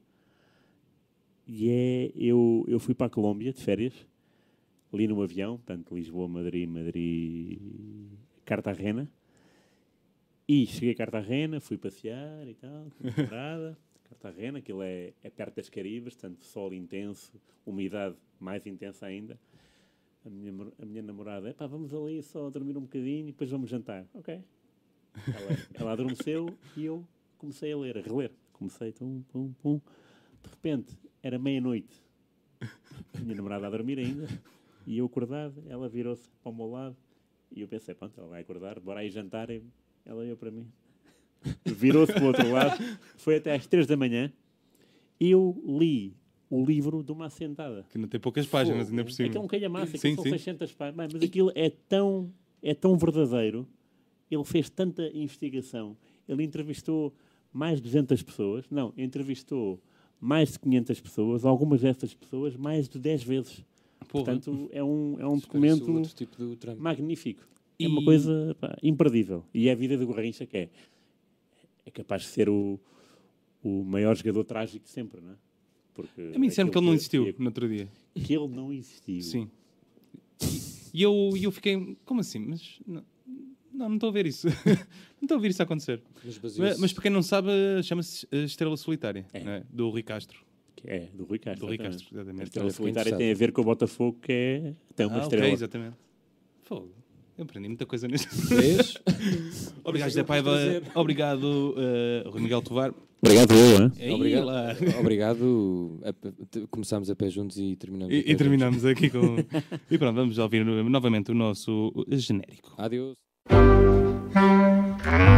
S3: E eu fui para a Colômbia de férias. Ali no avião. Portanto, Lisboa, Madrid, Cartagena. E cheguei a Cartagena, fui passear e tal. Com a namorada. Cartagena, aquilo é perto das Caribas. Portanto, sol intenso, umidade mais intensa ainda. A minha namorada, vamos ali só dormir um bocadinho e depois vamos jantar. Ok. Ela adormeceu e eu comecei a ler, a reler. Comecei, pum. De repente, era meia-noite. A minha namorada a dormir ainda. E eu acordado, ela virou-se para o meu lado. E eu pensei, pronto, ela vai acordar, bora aí jantar. E ela olhou para mim. Virou-se para o outro lado. Foi até às 3 da manhã. E eu li o livro de uma assentada.
S1: Que não tem poucas páginas, ainda por cima.
S3: Aquilo é um calhamaço,
S1: Sim,
S3: aquilo são
S1: sim.
S3: 600 páginas. Mas aquilo é tão verdadeiro. Ele fez tanta investigação. Ele entrevistou mais de 200 pessoas. Não, entrevistou mais de 500 pessoas. Algumas dessas pessoas mais de 10 vezes.
S1: Porra.
S3: Portanto, é um
S2: Parece
S3: documento
S2: outro tipo do Trump.
S3: magnífico. É
S1: E-
S3: uma coisa imperdível. E é a vida do Garrincha que é capaz de ser o maior jogador trágico de sempre, não é? Porque
S1: A mim disseram que ele não existiu
S3: aquilo
S1: no outro dia.
S3: que ele não existiu.
S1: Sim. E eu fiquei, como assim? Mas não estou a ver isso. Não estou a ver isso acontecer.
S2: Mas baseou-se-
S1: Mas para quem não sabe, chama-se Estrela Solitária, não é? Do Rui Castro.
S3: Que é do Rui Castro.
S1: Do Rui
S3: exatamente.
S1: Castro,
S3: A
S1: exatamente.
S3: estrela
S2: Eu fiquei
S3: solitária
S2: interessado.
S3: tem a ver com o Botafogo, que tem uma estrela.
S1: Ok, exatamente. Fogo. Eu aprendi muita coisa neste.
S2: Vês?
S1: Obrigado, José Paiva.
S2: prazer.
S1: Obrigado, Rui Miguel Tovar.
S3: Obrigado, eu, hein?
S1: Ei,
S2: Obrigado.
S1: lá.
S2: Obrigado. Começámos a pé juntos e terminamos. a pé
S1: E
S2: juntos.
S1: terminamos aqui com. E pronto, vamos ouvir novamente o nosso genérico.
S2: Adeus.